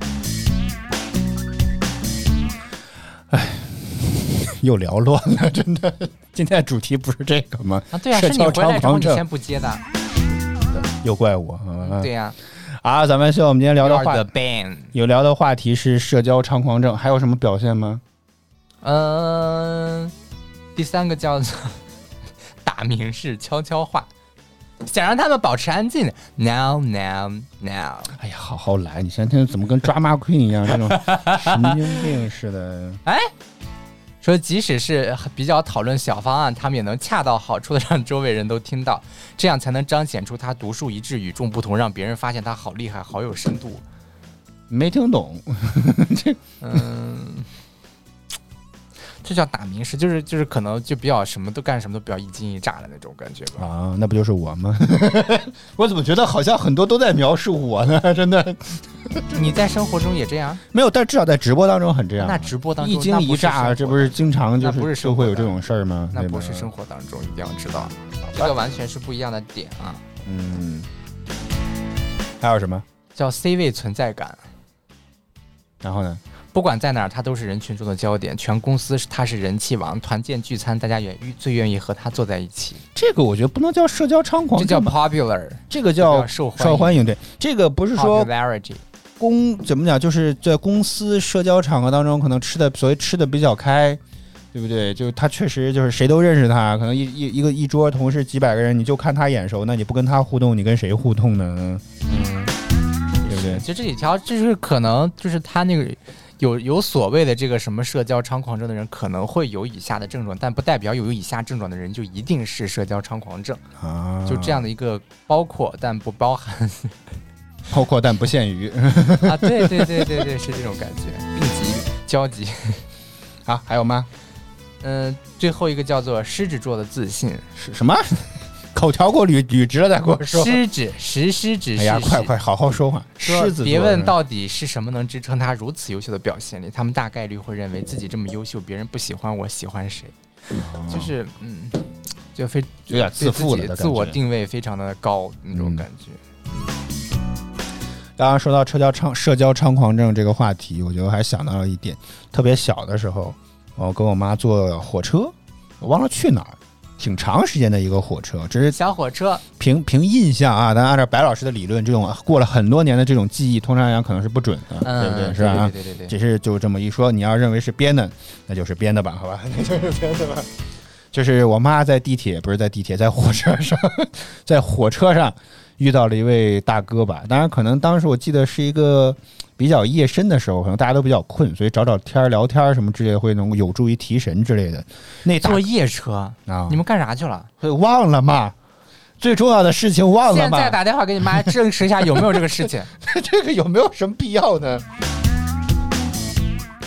S3: 哎。又聊乱了，真的。今天的主题不是这个吗？
S2: 啊，对啊，是你回来之后你先不接的，
S3: 又怪我。啊、
S2: 对呀、
S3: 啊。啊，咱们说我们今天聊的话，有聊的话题是社交猖狂症，还有什么表现吗？
S2: 嗯、呃，第三个叫做打明示悄悄话，想让他们保持安静。Now, now, now。
S3: 哎呀，好好来，你现在怎么跟抓马 queen 一样，这种神经病似的？
S2: 哎。说即使是比较讨论小方案，他们也能恰到好处的让周围人都听到，这样才能彰显出他独树一帜、与众不同，让别人发现他好厉害、好有深度。
S3: 没听懂，
S2: 这嗯，这叫打明示，就是就是可能就比较什么都干什么都比较一惊一乍的那种感觉吧。
S3: 啊，那不就是我吗？我怎么觉得好像很多都在描述我呢？真的。
S2: 你在生活中也这样？
S3: 没有，但至少在直播当中很这样。
S2: 那直播当中
S3: 一惊一乍，这不是经常就是
S2: 不是
S3: 就会有这种事儿吗？
S2: 那不是生活当中一定要知道，这个完全是不一样的点啊。
S3: 嗯，还有什么
S2: 叫 C 位存在感？
S3: 然后呢？
S2: 不管在哪儿，他都是人群中的焦点。全公司他是人气王，团建聚餐，大家也最愿意和他坐在一起。
S3: 这个我觉得不能叫社交猖狂，
S2: 这叫 popular，
S3: 这个叫
S2: 受
S3: 受欢迎。对，这个不是说
S2: popularity。
S3: 公怎么讲，就是在公司社交场合当中，可能吃的所谓吃的比较开，对不对？就他确实就是谁都认识他，可能一一一个一桌同事几百个人，你就看他眼熟，那你不跟他互动，你跟谁互动呢？
S2: 嗯，
S3: 对不对？
S2: 就这几条，就是可能就是他那个。有有所谓的这个什么社交猖狂症的人可能会有以下的症状，但不代表有以下症状的人就一定是社交猖狂症
S3: 啊，
S2: 就这样的一个包括但不包含，
S3: 包括但不限于
S2: 啊，对对对对对，是这种感觉，病急交集。
S3: 好，还有吗？
S2: 嗯、呃，最后一个叫做狮子座的自信
S3: 是什么？口条给我捋捋直了再跟我说。
S2: 狮子，石狮子。
S3: 哎呀，快快好好说话。狮子，
S2: 别问到底是什么能支撑他如此优秀的表现力，他们大概率会认为自己这么优秀，别人不喜欢我，喜欢谁？哦、就是嗯，就非
S3: 有点自负了的
S2: 自我定位非常的高那种感觉。
S3: 嗯、刚刚说到社交猖社交猖狂症这个话题，我就还想到了一点，特别小的时候，我跟我妈坐火车，我忘了去哪儿。挺长时间的一个火车，只是
S2: 小火车。
S3: 凭凭印象啊，但按照白老师的理论，这种过了很多年的这种记忆，通常来讲可能是不准的，
S2: 嗯、
S3: 对不对？是吧？
S2: 对对对对。
S3: 只是就这么一说，你要认为是编的，那就是编的吧，好吧？那就是编的吧。就是我妈在地铁，不是在地铁，在火车上，在火车上遇到了一位大哥吧。当然，可能当时我记得是一个比较夜深的时候，可能大家都比较困，所以找找天聊天什么之类的，会能有助于提神之类的。那
S2: 坐夜车
S3: 啊，
S2: 你们干啥去了？
S3: 忘了嘛？最重要的事情忘了嘛？
S2: 现在打电话给你妈证实一下有没有这个事情？
S3: 这个有没有什么必要呢？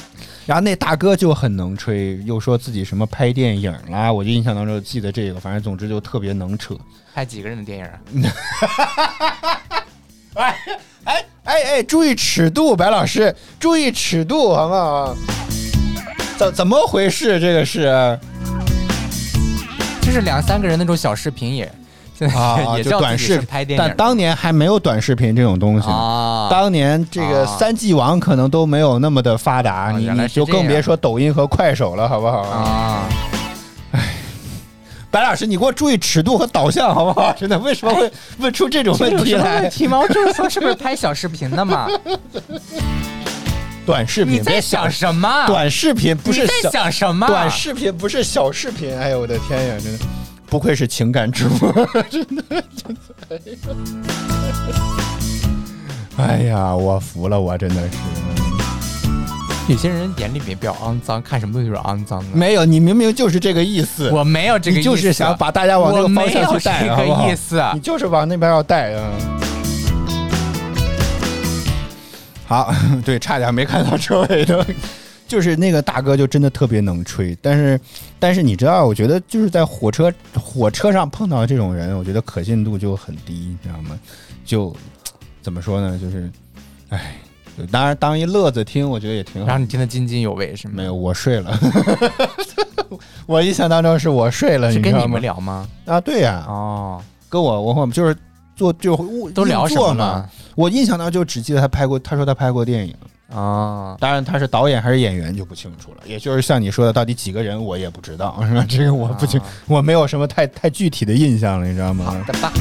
S3: 然后那大哥就很能吹，又说自己什么拍电影啦，我就印象当中记得这个，反正总之就特别能扯。
S2: 拍几个人的电影啊？
S3: 哎哎哎哎，注意尺度，白老师，注意尺度，好不好？怎怎么回事？这个是，
S2: 就是两三个人那种小视频也。
S3: 啊，
S2: 也
S3: 就短视
S2: 拍电影，
S3: 但当年还没有短视频这种东西
S2: 啊。
S3: 当年这个三 G 网可能都没有那么的发达，
S2: 啊、
S3: 你你就更别说抖音和快手了，好不好？
S2: 啊，
S3: 哎，白老师，你给我注意尺度和导向，好不好？真的，为什么会问出这种问题来？
S2: 这有什么问题吗？我就是说，是不是拍小视频的嘛？
S3: 短视频，
S2: 你在想什么？
S3: 短视频不是
S2: 你在想什么？
S3: 短视频不是小视频。哎呦，我的天呀，真的。不愧是情感直播，真的，真的。哎呀，我服了，我真的是。
S2: 有些人眼里面比较肮脏，看什么东西都是肮脏的。
S3: 没有，你明明就是这个意思。
S2: 我没有这个意思，
S3: 你就是想把大家往那个方向去带，
S2: 这个意思。
S3: 你就是往那边要带啊。好，对，差点没看到车尾的。就是那个大哥就真的特别能吹，但是但是你知道，我觉得就是在火车火车上碰到这种人，我觉得可信度就很低，你知道吗？就怎么说呢？就是，哎，当然当一乐子听，我觉得也挺好。
S2: 让你听得津津有味是吗？
S3: 没有，我睡了。我印象当中是我睡了，
S2: 是跟
S3: 你
S2: 们聊吗？
S3: 啊，对呀、啊，
S2: 哦，
S3: 跟我我就是做就
S2: 都聊什么呢？
S3: 我印象当中就只记得他拍过，他说他拍过电影。
S2: 啊，
S3: 当然他是导演还是演员就不清楚了，也就是像你说的，到底几个人我也不知道，是吧？这个我不清，啊、我没有什么太太具体的印象了，你知道吗？
S2: 好的吧。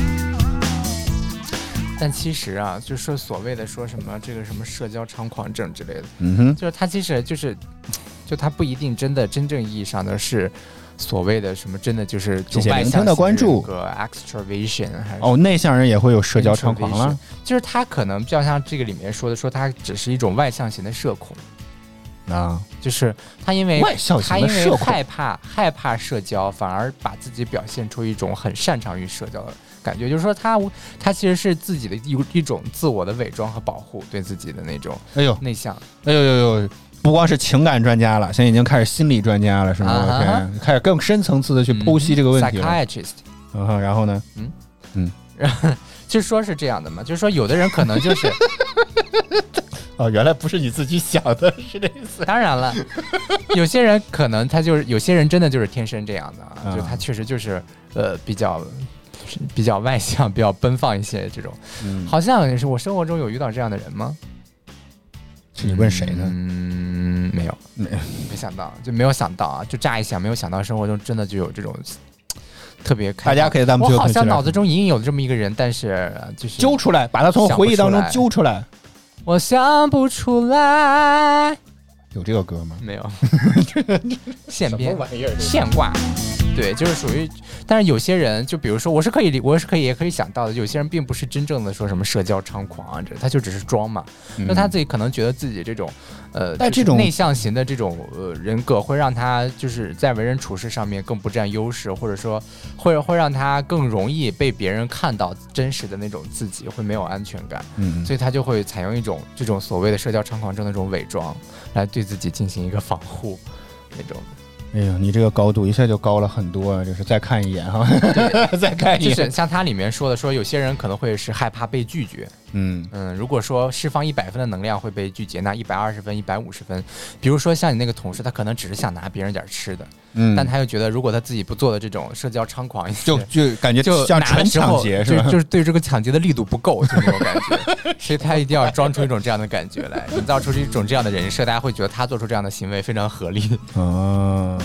S2: 但其实啊，就说所谓的说什么这个什么社交猖狂症之类的，
S3: 嗯哼，
S2: 就是他其实就是，就他不一定真的真正意义上的是。所谓的什么真的就是
S3: 谢谢聆听的关注
S2: 个 extraversion 还是
S3: 哦，内向人也会有社交猖狂了，
S2: 就是他可能比较像这个里面说的，说他只是一种外向型的社恐
S3: 啊，
S2: 就是他因为
S3: 外向型的社恐，
S2: 他因为害怕害怕社交，反而把自己表现出一种很擅长于社交的感觉，就是说他他其实是自己的一一种自我的伪装和保护，对自己的那种哎呦内向，
S3: 哎呦呦呦。不光是情感专家了，现在已经开始心理专家了，是吗、uh-huh. ？OK， 开始更深层次的去剖析这个问题了。
S2: Psychiatrist，
S3: 嗯、uh-huh, 然后呢？
S2: 嗯
S3: 嗯，
S2: 就说是这样的嘛，就是说有的人可能就是
S3: 哦，原来不是你自己想的，是这意思。
S2: 当然了，有些人可能他就是有些人真的就是天生这样的，uh-huh. 就他确实就是呃比较比较外向、比较奔放一些这种。嗯，好像也是我生活中有遇到这样的人吗？
S3: 是你问谁呢？
S2: 嗯，没有，没没想到，就没有想到啊！就乍一想，没有想到生活中真的就有这种特别开。
S3: 大家可以弹幕
S2: 我好像脑子中隐隐有这么一个人，但是就是
S3: 揪出来，把他从回忆当中揪出来。
S2: 我想不出来。
S3: 有这个歌吗？
S2: 没有。现编现挂。对，就是属于，但是有些人，就比如说，我是可以，我是可以，也可以想到的，有些人并不是真正的说什么社交猖狂啊，这他就只是装嘛。那、嗯、他自己可能觉得自己这种，呃，
S3: 但这种
S2: 内向型的这种呃人格，会让他就是在为人处事上面更不占优势，或者说会会让他更容易被别人看到真实的那种自己，会没有安全感。嗯，所以他就会采用一种这种所谓的社交猖狂症的这种伪装，来对自己进行一个防护，那种。
S3: 哎呦，你这个高度一下就高了很多，就是再看一眼哈，再看一眼。
S2: 就是像他里面说的，说有些人可能会是害怕被拒绝，嗯嗯，如果说释放一百分的能量会被拒绝，那一百二十分、一百五十分，比如说像你那个同事，他可能只是想拿别人点吃的，嗯，但他又觉得如果他自己不做的这种社交猖狂一些，
S3: 就就感觉
S2: 就
S3: 像纯抢劫是吧？
S2: 就就是对这个抢劫的力度不够，就那种感觉，所以他一定要装出一种这样的感觉来，营造出一种这样的人设，大家会觉得他做出这样的行为非常合理。
S3: 哦。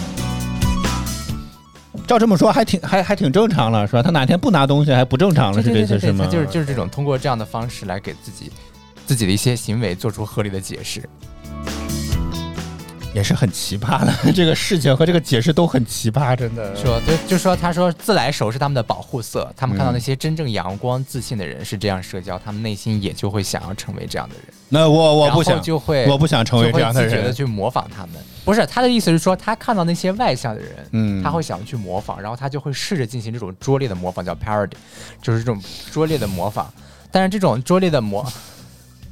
S3: 照这么说还挺还还挺正常了，是吧？他哪天不拿东西还不正常了，是这意思是吗？
S2: 他就是就是这种通过这样的方式来给自己自己的一些行为做出合理的解释，
S3: 也是很奇葩的。这个事情和这个解释都很奇葩，真的。
S2: 说对，就说他说自来熟是他们的保护色，他们看到那些真正阳光自信的人是这样社交，他们内心也就会想要成为这样的人。
S3: 那我我不想
S2: 就会
S3: 我不想成为这样的人，
S2: 就会自觉的去模仿他们。不是他的意思是说，他看到那些外向的人，嗯，他会想要去模仿，然后他就会试着进行这种拙劣的模仿，叫 parody， 就是这种拙劣的模仿。但是这种拙劣的模，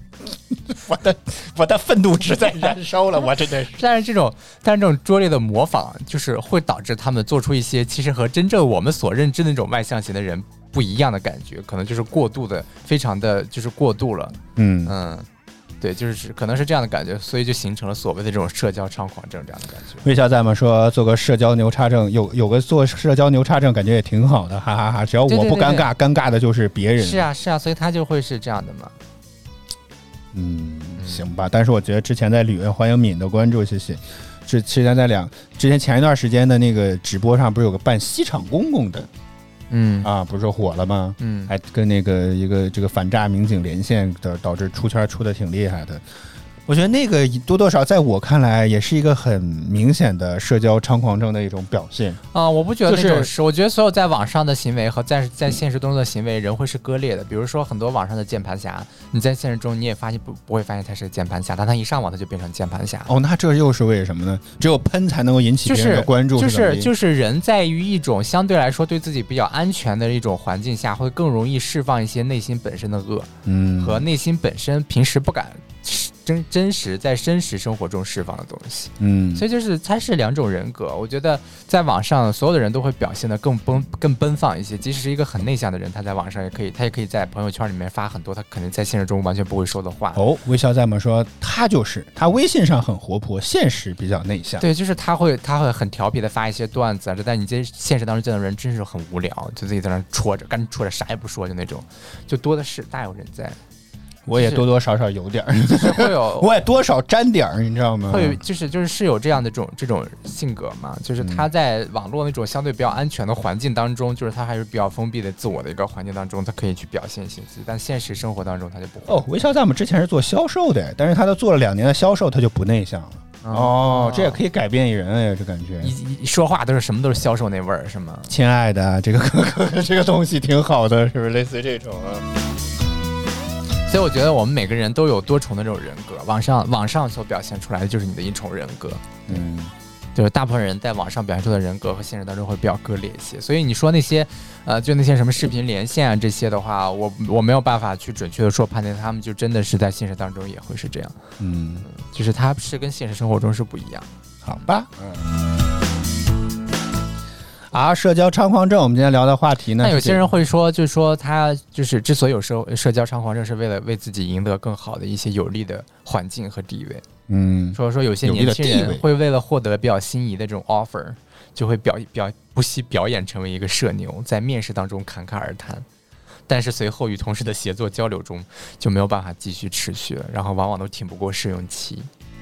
S3: 我的我的愤怒值在燃烧了，我真的是。
S2: 但是这种但是这种拙劣的模仿，就是会导致他们做出一些其实和真正我们所认知的那种外向型的人不一样的感觉，可能就是过度的，非常的就是过度了。
S3: 嗯
S2: 嗯，对，就是可能是这样的感觉，所以就形成了所谓的这种社交猖狂症这样的感觉。
S3: 微笑在嘛说做个社交牛叉症，有有个做社交牛叉症感觉也挺好的，哈哈哈！只要我不尴尬，尴尬的就是别人。
S2: 是啊是啊，所以他就会是这样的嘛。
S3: 嗯，行吧。但是我觉得之前在旅游，欢迎敏的关注，谢谢。之之前在两之前前一段时间的那个直播上，不是有个扮西厂公公的，
S2: 嗯
S3: 啊，不是火了吗？
S2: 嗯，
S3: 还跟那个一个这个反诈民警连线的，导致出圈出的挺厉害的。我觉得那个多多少在我看来也是一个很明显的社交猖狂症的一种表现
S2: 啊、呃！我不觉得那种是，
S3: 就是
S2: 我觉得所有在网上的行为和在在现实中的行为，人会是割裂的。比如说很多网上的键盘侠，你在现实中你也发现不不会发现他是键盘侠，但他一上网他就变成键盘侠。
S3: 哦，那这又是为什么呢？只有喷才能够引起别人的关注，
S2: 就是就是就是人在于一种相对来说对自己比较安全的一种环境下，会更容易释放一些内心本身的恶，
S3: 嗯，
S2: 和内心本身平时不敢真真实在真实生活中释放的东西，
S3: 嗯，
S2: 所以就是它是两种人格。我觉得在网上所有的人都会表现得更奔更奔放一些，即使是一个很内向的人，他在网上也可以，他也可以在朋友圈里面发很多他可能在现实中完全不会说的话。
S3: 哦，微笑在吗说他就是他微信上很活泼，现实比较内向。
S2: 对，就是他会他会很调皮的发一些段子啊，但你在现实当中见到人真是很无聊，就自己在那戳着，干戳着啥也不说，就那种，就多的是，大有人在。
S3: 我也多多少少有点儿，
S2: 就是会有，
S3: 我也多少沾点儿，你知道吗？
S2: 会有，就是就是是有这样的这种这种性格嘛，就是他在网络那种相对比较安全的环境当中，就是他还是比较封闭的自我的一个环境当中，他可以去表现一些自己，但现实生活当中他就不会。
S3: 哦，微笑在我们之前是做销售的，但是他都做了两年的销售，他就不内向了。哦，哦这也可以改变一人哎，这感觉
S2: 一一说话都是什么都是销售那味儿，是吗？
S3: 亲爱的，这个这个东西挺好的，是不是类似这种啊？
S2: 所以我觉得我们每个人都有多重的这种人格，网上网上所表现出来的就是你的一重人格，
S3: 嗯，
S2: 就是大部分人在网上表现出的人格和现实当中会比较割裂一些。所以你说那些，呃，就那些什么视频连线啊这些的话，我我没有办法去准确的说判断他们就真的是在现实当中也会是这样，
S3: 嗯，
S2: 就是他是跟现实生活中是不一样，
S3: 好吧，嗯。啊，社交猖狂症，我们今天聊的话题呢？
S2: 那有些人会说，就是说他就是之所以有社社交猖狂症，是为了为自己赢得更好的一些有利的环境和地位。
S3: 嗯，
S2: 说说有些年轻人会为了获得比较心仪的这种 offer， 就会表表不惜表演成为一个社牛，在面试当中侃侃而谈，但是随后与同事的协作交流中就没有办法继续持续了，然后往往都挺不过试用期，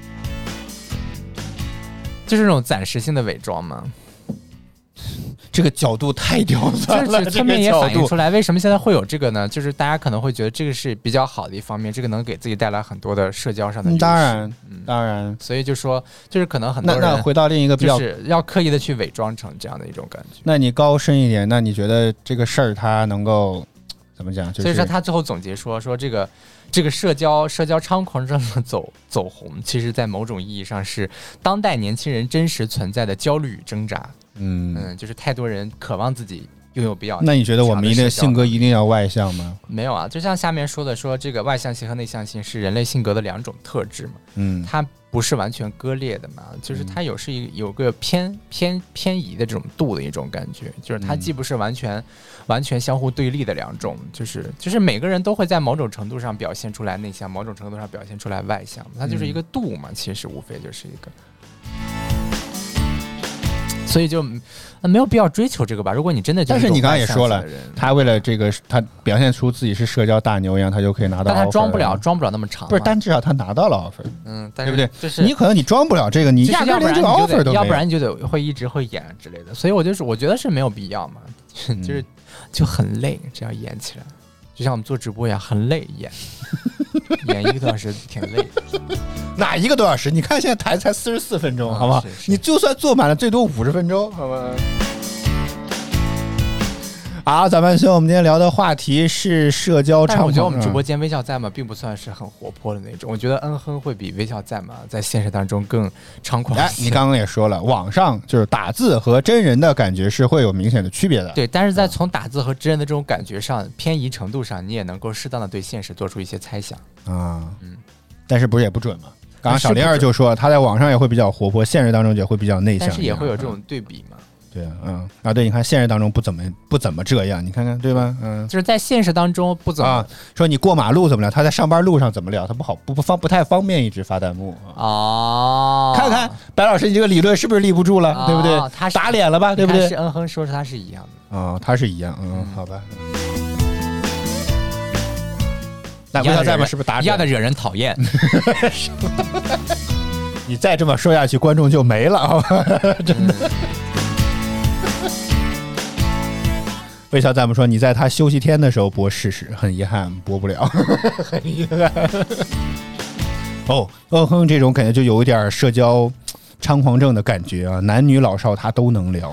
S2: 就是这种暂时性的伪装嘛。
S3: 这个角度太刁钻了，
S2: 就是侧面也反映出来为什么现在会有这个呢？就是大家可能会觉得这个是比较好的一方面，这个能给自己带来很多的社交上的优势。
S3: 当然，嗯、当然，
S2: 所以就说，就是可能很多人
S3: 那那回到另一个比较，
S2: 就是要刻意的去伪装成这样的一种感觉。
S3: 那你高深一点，那你觉得这个事儿它能够怎么讲？就是、
S2: 所以说他最后总结说说这个。这个社交社交猖狂症的走走红，其实在某种意义上是当代年轻人真实存在的焦虑与挣扎。
S3: 嗯
S2: 嗯，就是太多人渴望自己拥有比较。
S3: 那你觉得我们一定性格一定要外向吗？
S2: 没有啊，就像下面说的，说这个外向性和内向性是人类性格的两种特质嘛。
S3: 嗯，
S2: 它不是完全割裂的嘛，就是它有是一有个偏偏偏移的这种度的一种感觉，就是它既不是完全、嗯、完全相互对立的两种，就是就是每个人都会在某种程度上表现出来内向，某种程度上表现出来外向，它就是一个度嘛，嗯、其实无非就是一个。所以就没有必要追求这个吧。如果你真的就是，
S3: 但是你刚才也说了，他为了这个，他表现出自己是社交大牛一样，他就可以拿到 offer。
S2: 但他装不了，装不了那么长。
S3: 不是，但至少他拿到了 offer。
S2: 嗯，但是
S3: 对不对？
S2: 就是
S3: 你可能你装不了这个，你压根连这个 offer 都没有，
S2: 要不然你就得会一直会演之类的。所以我就是我觉得是没有必要嘛，就是就很累，这样演起来，就像我们做直播一样，很累演。演一个多小时挺累的，
S3: 哪一个多小时？你看现在台才四十四分钟，好不好？你就算坐满了，最多五十分钟，好吧？好，咱们说我们今天聊的话题是社交猖狂。
S2: 但是我觉得我们直播间微笑在嘛，并不算是很活泼的那种。我觉得恩哼会比微笑在嘛，在现实当中更猖狂。
S3: 哎，你刚刚也说了，网上就是打字和真人的感觉是会有明显的区别的。
S2: 对，但是在从打字和真人的这种感觉上，偏移程度上，你也能够适当的对现实做出一些猜想
S3: 啊。
S2: 嗯，
S3: 但是不是也不准嘛？刚刚小林儿就说他在网上也会比较活泼，现实当中也会比较内向，
S2: 但是也会有这种对比嘛。
S3: 对啊，嗯啊，对，你看现实当中不怎么不怎么这样，你看看对吧？嗯，
S2: 就是在现实当中不怎么、
S3: 啊、说你过马路怎么聊，他在上班路上怎么聊，他不好不不方不太方便一直发弹幕啊。
S2: 哦，
S3: 看看白老师，你这个理论是不是立不住了，
S2: 哦、
S3: 对不对？
S2: 他
S3: 打脸了吧，对不对？
S2: 是嗯哼说是他是一样的
S3: 啊、哦，他是一样，嗯，嗯好吧。那不知道在吗？是不是打
S2: 一样的惹人讨厌？
S3: 你再这么说下去，观众就没了，好吧？真的。嗯魏小赞姆说：“你在他休息天的时候播试试，很遗憾播不了，很遗憾。”哦，嗯哼，这种感觉就有一点社交猖狂症的感觉啊，男女老少他都能聊。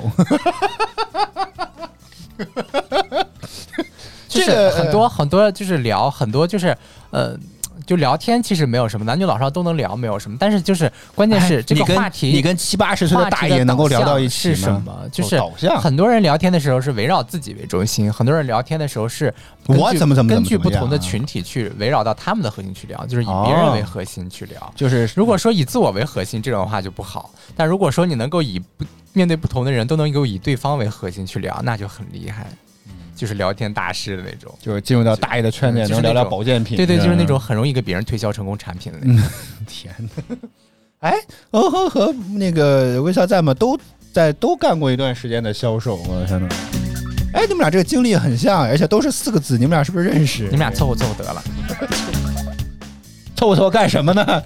S2: 就是很多很多就是聊很多就是呃。就聊天其实没有什么，男女老少都能聊，没有什么。但是就是关键是这个话题，
S3: 你跟七八十岁的大爷能够聊到一起
S2: 是什么？就是很多人聊天的时候是围绕自己为中心，很多人聊天的时候是
S3: 我怎么怎么
S2: 根据不同的群体去围绕到他们的核心去聊，就是以别人为核心去聊。
S3: 就是
S2: 如果说以自我为核心，这种话就不好。但如果说你能够以不面对不同的人都能够以对方为核心去聊，那就很厉害。就是聊天大师的那种，
S3: 就是进入到大爷的圈子，能聊聊保健品。
S2: 对对，就是那种很容易给别人推销成功产品的那种。
S3: 嗯、天哪！哎，哦和和那个微笑赞嘛，都在都干过一段时间的销售，我的天哪！哎，你们俩这个经历很像，而且都是四个字，你们俩是不是认识？
S2: 你们俩凑合凑合得了，
S3: 凑合凑合干什么呢？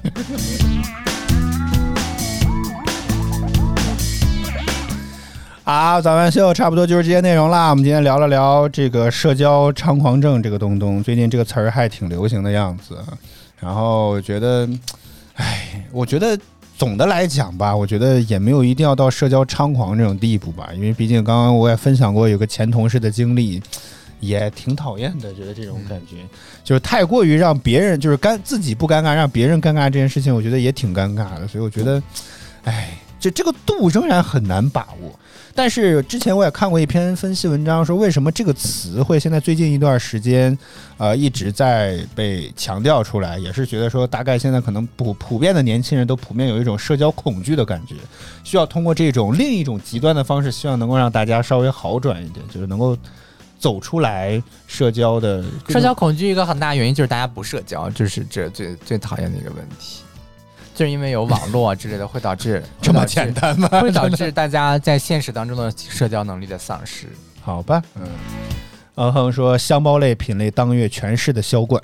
S3: 好，早饭秀差不多就是这些内容啦。我们今天聊了聊这个社交猖狂症这个东东，最近这个词儿还挺流行的样子。然后我觉得，哎，我觉得总的来讲吧，我觉得也没有一定要到社交猖狂这种地步吧，因为毕竟刚刚我也分享过有个前同事的经历，也挺讨厌的，觉得这种感觉、嗯、就是太过于让别人就是尴自己不尴尬，让别人尴尬这件事情，我觉得也挺尴尬的。所以我觉得，哎，这这个度仍然很难把握。但是之前我也看过一篇分析文章，说为什么这个词汇现在最近一段时间，呃，一直在被强调出来，也是觉得说大概现在可能普普遍的年轻人都普遍有一种社交恐惧的感觉，需要通过这种另一种极端的方式，希望能够让大家稍微好转一点，就是能够走出来社交的。
S2: 社交恐惧一个很大原因就是大家不社交，这是这最最讨厌的一个问题。就是因为有网络啊之类的，会导致
S3: 这么简单吗？
S2: 会导致大家在现实当中的社交能力的丧失。
S3: 好吧，嗯，嗯哼说香包类品类当月全市的销冠。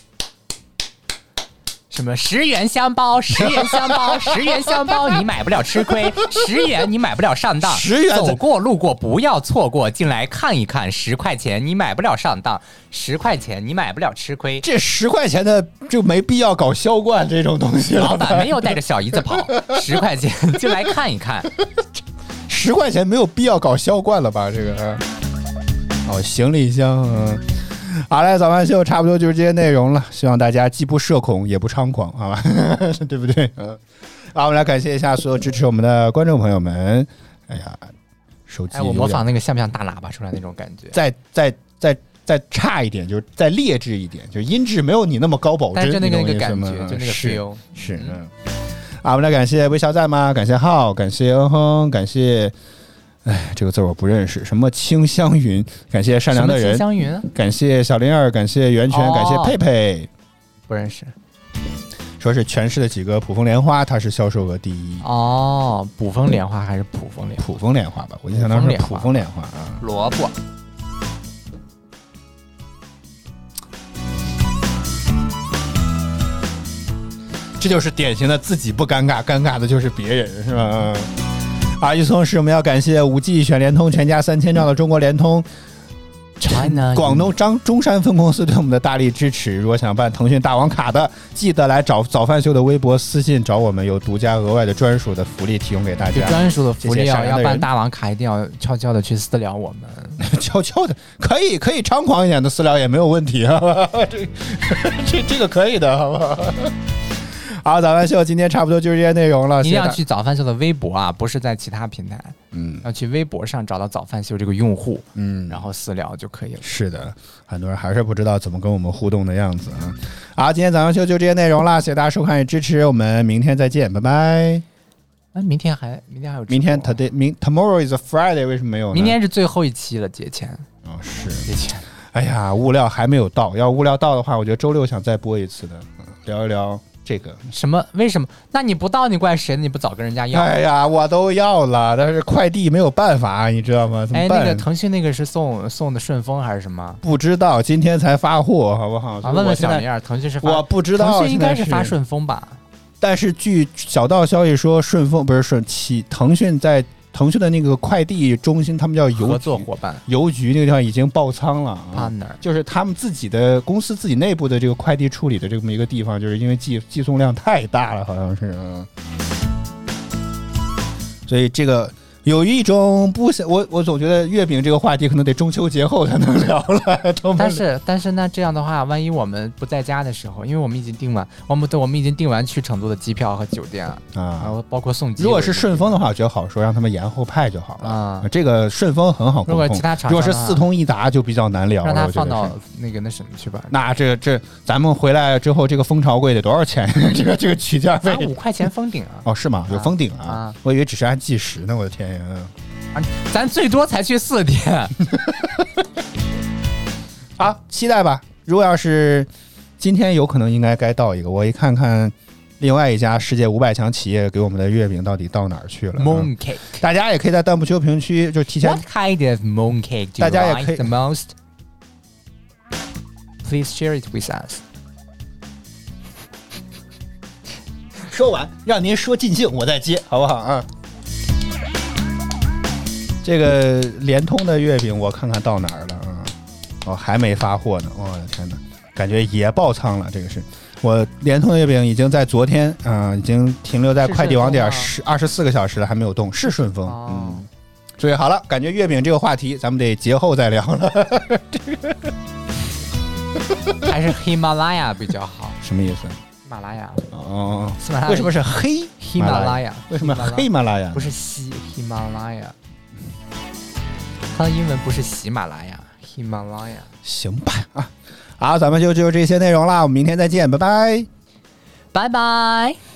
S2: 什么十元香包，十元香包，十元香包，你买不了吃亏，十元你买不了上当，
S3: 十元
S2: 走过路过不要错过，进来看一看，十块钱你买不了上当，十块钱你买不了吃亏。
S3: 这十块钱的就没必要搞销冠这种东西了。
S2: 老板没有带着小姨子跑，十块钱就来看一看，
S3: 十块钱没有必要搞销冠了吧？这个哦，行李箱。嗯好嘞，早饭秀差不多就是这些内容了，希望大家既不社恐也不猖狂，好吧？对不对？嗯，好，我们来感谢一下所有支持我们的观众朋友们。哎呀，手机，
S2: 哎，我模仿那个像不像大喇叭出来那种感觉？
S3: 再再再再差一点，就是再劣质一点，就是音质没有你那么高保真，
S2: 但是就那个那个感觉，就那个
S3: feel， 是嗯。啊，我们来感谢微笑赞嘛，感谢浩，感谢嗯哼，感谢。哎，这个字我不认识，什么清香云？感谢善良的人，
S2: 清香云，
S3: 感谢小灵儿，感谢源泉，哦、感谢佩佩，
S2: 不认识。
S3: 说是全市的几个普丰莲花，它是销售额第一。
S2: 哦，普丰莲花还是普丰莲花？
S3: 普丰莲花吧，我印象当中是普丰莲花啊。
S2: 萝卜。
S3: 这就是典型的自己不尴尬，尴尬的就是别人，是吧？啊，与此同时，我们要感谢五 G 选联通全家三千兆的中国联通
S2: China
S3: 广东张中山分公司对我们的大力支持。如果想办腾讯大王卡的，记得来找早饭秀的微博私信找我们，有独家额外的专属的福利提供给大家。
S2: 专属的福利啊，要办大王卡一定要悄悄的去私聊我们，
S3: 悄悄的可以可以猖狂一点的私聊也没有问题，好吧？这这这个可以的，好不好？ 好，早饭秀今天差不多就是这些内容了。
S2: 一定要去早饭秀的微博啊，不是在其他平台。
S3: 嗯，
S2: 要去微博上找到早饭秀这个用户，
S3: 嗯，
S2: 然后私聊就可以了。
S3: 是的，很多人还是不知道怎么跟我们互动的样子啊。好，今天早上秀就这些内容了，谢谢大家收看与支持，我们明天再见，拜拜。
S2: 哎，明天还明天还有
S3: 明天 today 明 tomorrow is a Friday 为什么没有呢？
S2: 明天是最后一期了，节前。
S3: 哦，是
S2: 节前。
S3: 哎呀，物料还没有到，要物料到的话，我觉得周六想再播一次的，嗯、聊一聊。这个
S2: 什么？为什么？那你不到，你怪谁呢？你不早跟人家要？
S3: 哎呀，我都要了，但是快递没有办法，你知道吗？怎么办？
S2: 哎，那个腾讯那个是送送的顺丰还是什么？
S3: 不知道，今天才发货，好不好？
S2: 啊，问问小林儿，腾讯是发
S3: 我不知道，
S2: 腾讯应该是发顺丰吧？
S3: 但是据小道消息说，顺丰不是顺其腾讯在。腾讯的那个快递中心，他们叫邮
S2: 合作伙伴
S3: 邮局那个地方已经爆仓了啊，
S2: partner
S3: 就是他们自己的公司自己内部的这个快递处理的这么一个地方，就是因为寄寄送量太大了，好像是，嗯，所以这个。有一种不想我我总觉得月饼这个话题可能得中秋节后才能聊了。
S2: 但是但是那这样的话，万一我们不在家的时候，因为我们已经订完，我们对我们已经订完去成都的机票和酒店啊，然后包括送机。
S3: 如果是顺丰的话，我觉得好说，让他们延后派就好了啊。这个顺丰很好控控。
S2: 如果其他厂商，
S3: 如果是四通一达就比较难聊了。
S2: 让他放到那个那什么去吧。
S3: 那这这咱们回来之后，这个蜂巢柜得多少钱？这个这个取件费
S2: 五块钱封顶啊？
S3: 哦，是吗？有封顶啊？
S2: 啊
S3: 我以为只是按计时呢，我的天呀！
S2: 咱最多才去四天，
S3: 好，期待吧。如果要是今天有可能，应该该到一个，我一看看另外一家世界五百强企业给我们的月饼到底到哪儿去了。
S2: Mooncake，
S3: 大家也可以在弹幕区评论区就提前。
S2: What kind of mooncake do you
S3: 大家也可以
S2: like the most? Please share it with us.
S3: 说完，让您说尽兴，我再接，好不好啊？这个联通的月饼我看看到哪儿了啊？哦，还没发货呢！我、哦、的天哪，感觉也爆仓了。这个是我联通的月饼已经在昨天啊、呃，已经停留在快递网点十二十四个小时了，还没有动，是顺丰。哦、嗯，所以好了，感觉月饼这个话题咱们得节后再聊了。这个
S2: 还是喜马拉雅比较好。
S3: 什么意思？
S2: 喜马拉雅
S3: 哦，为什么是黑
S2: 喜马拉雅？
S3: 为什么黑马拉雅？
S2: 不是西喜马拉雅。它的英文不是喜马拉雅，喜马拉雅。
S3: 行吧啊，好，咱们就就这些内容啦，我们明天再见，拜拜，
S2: 拜拜。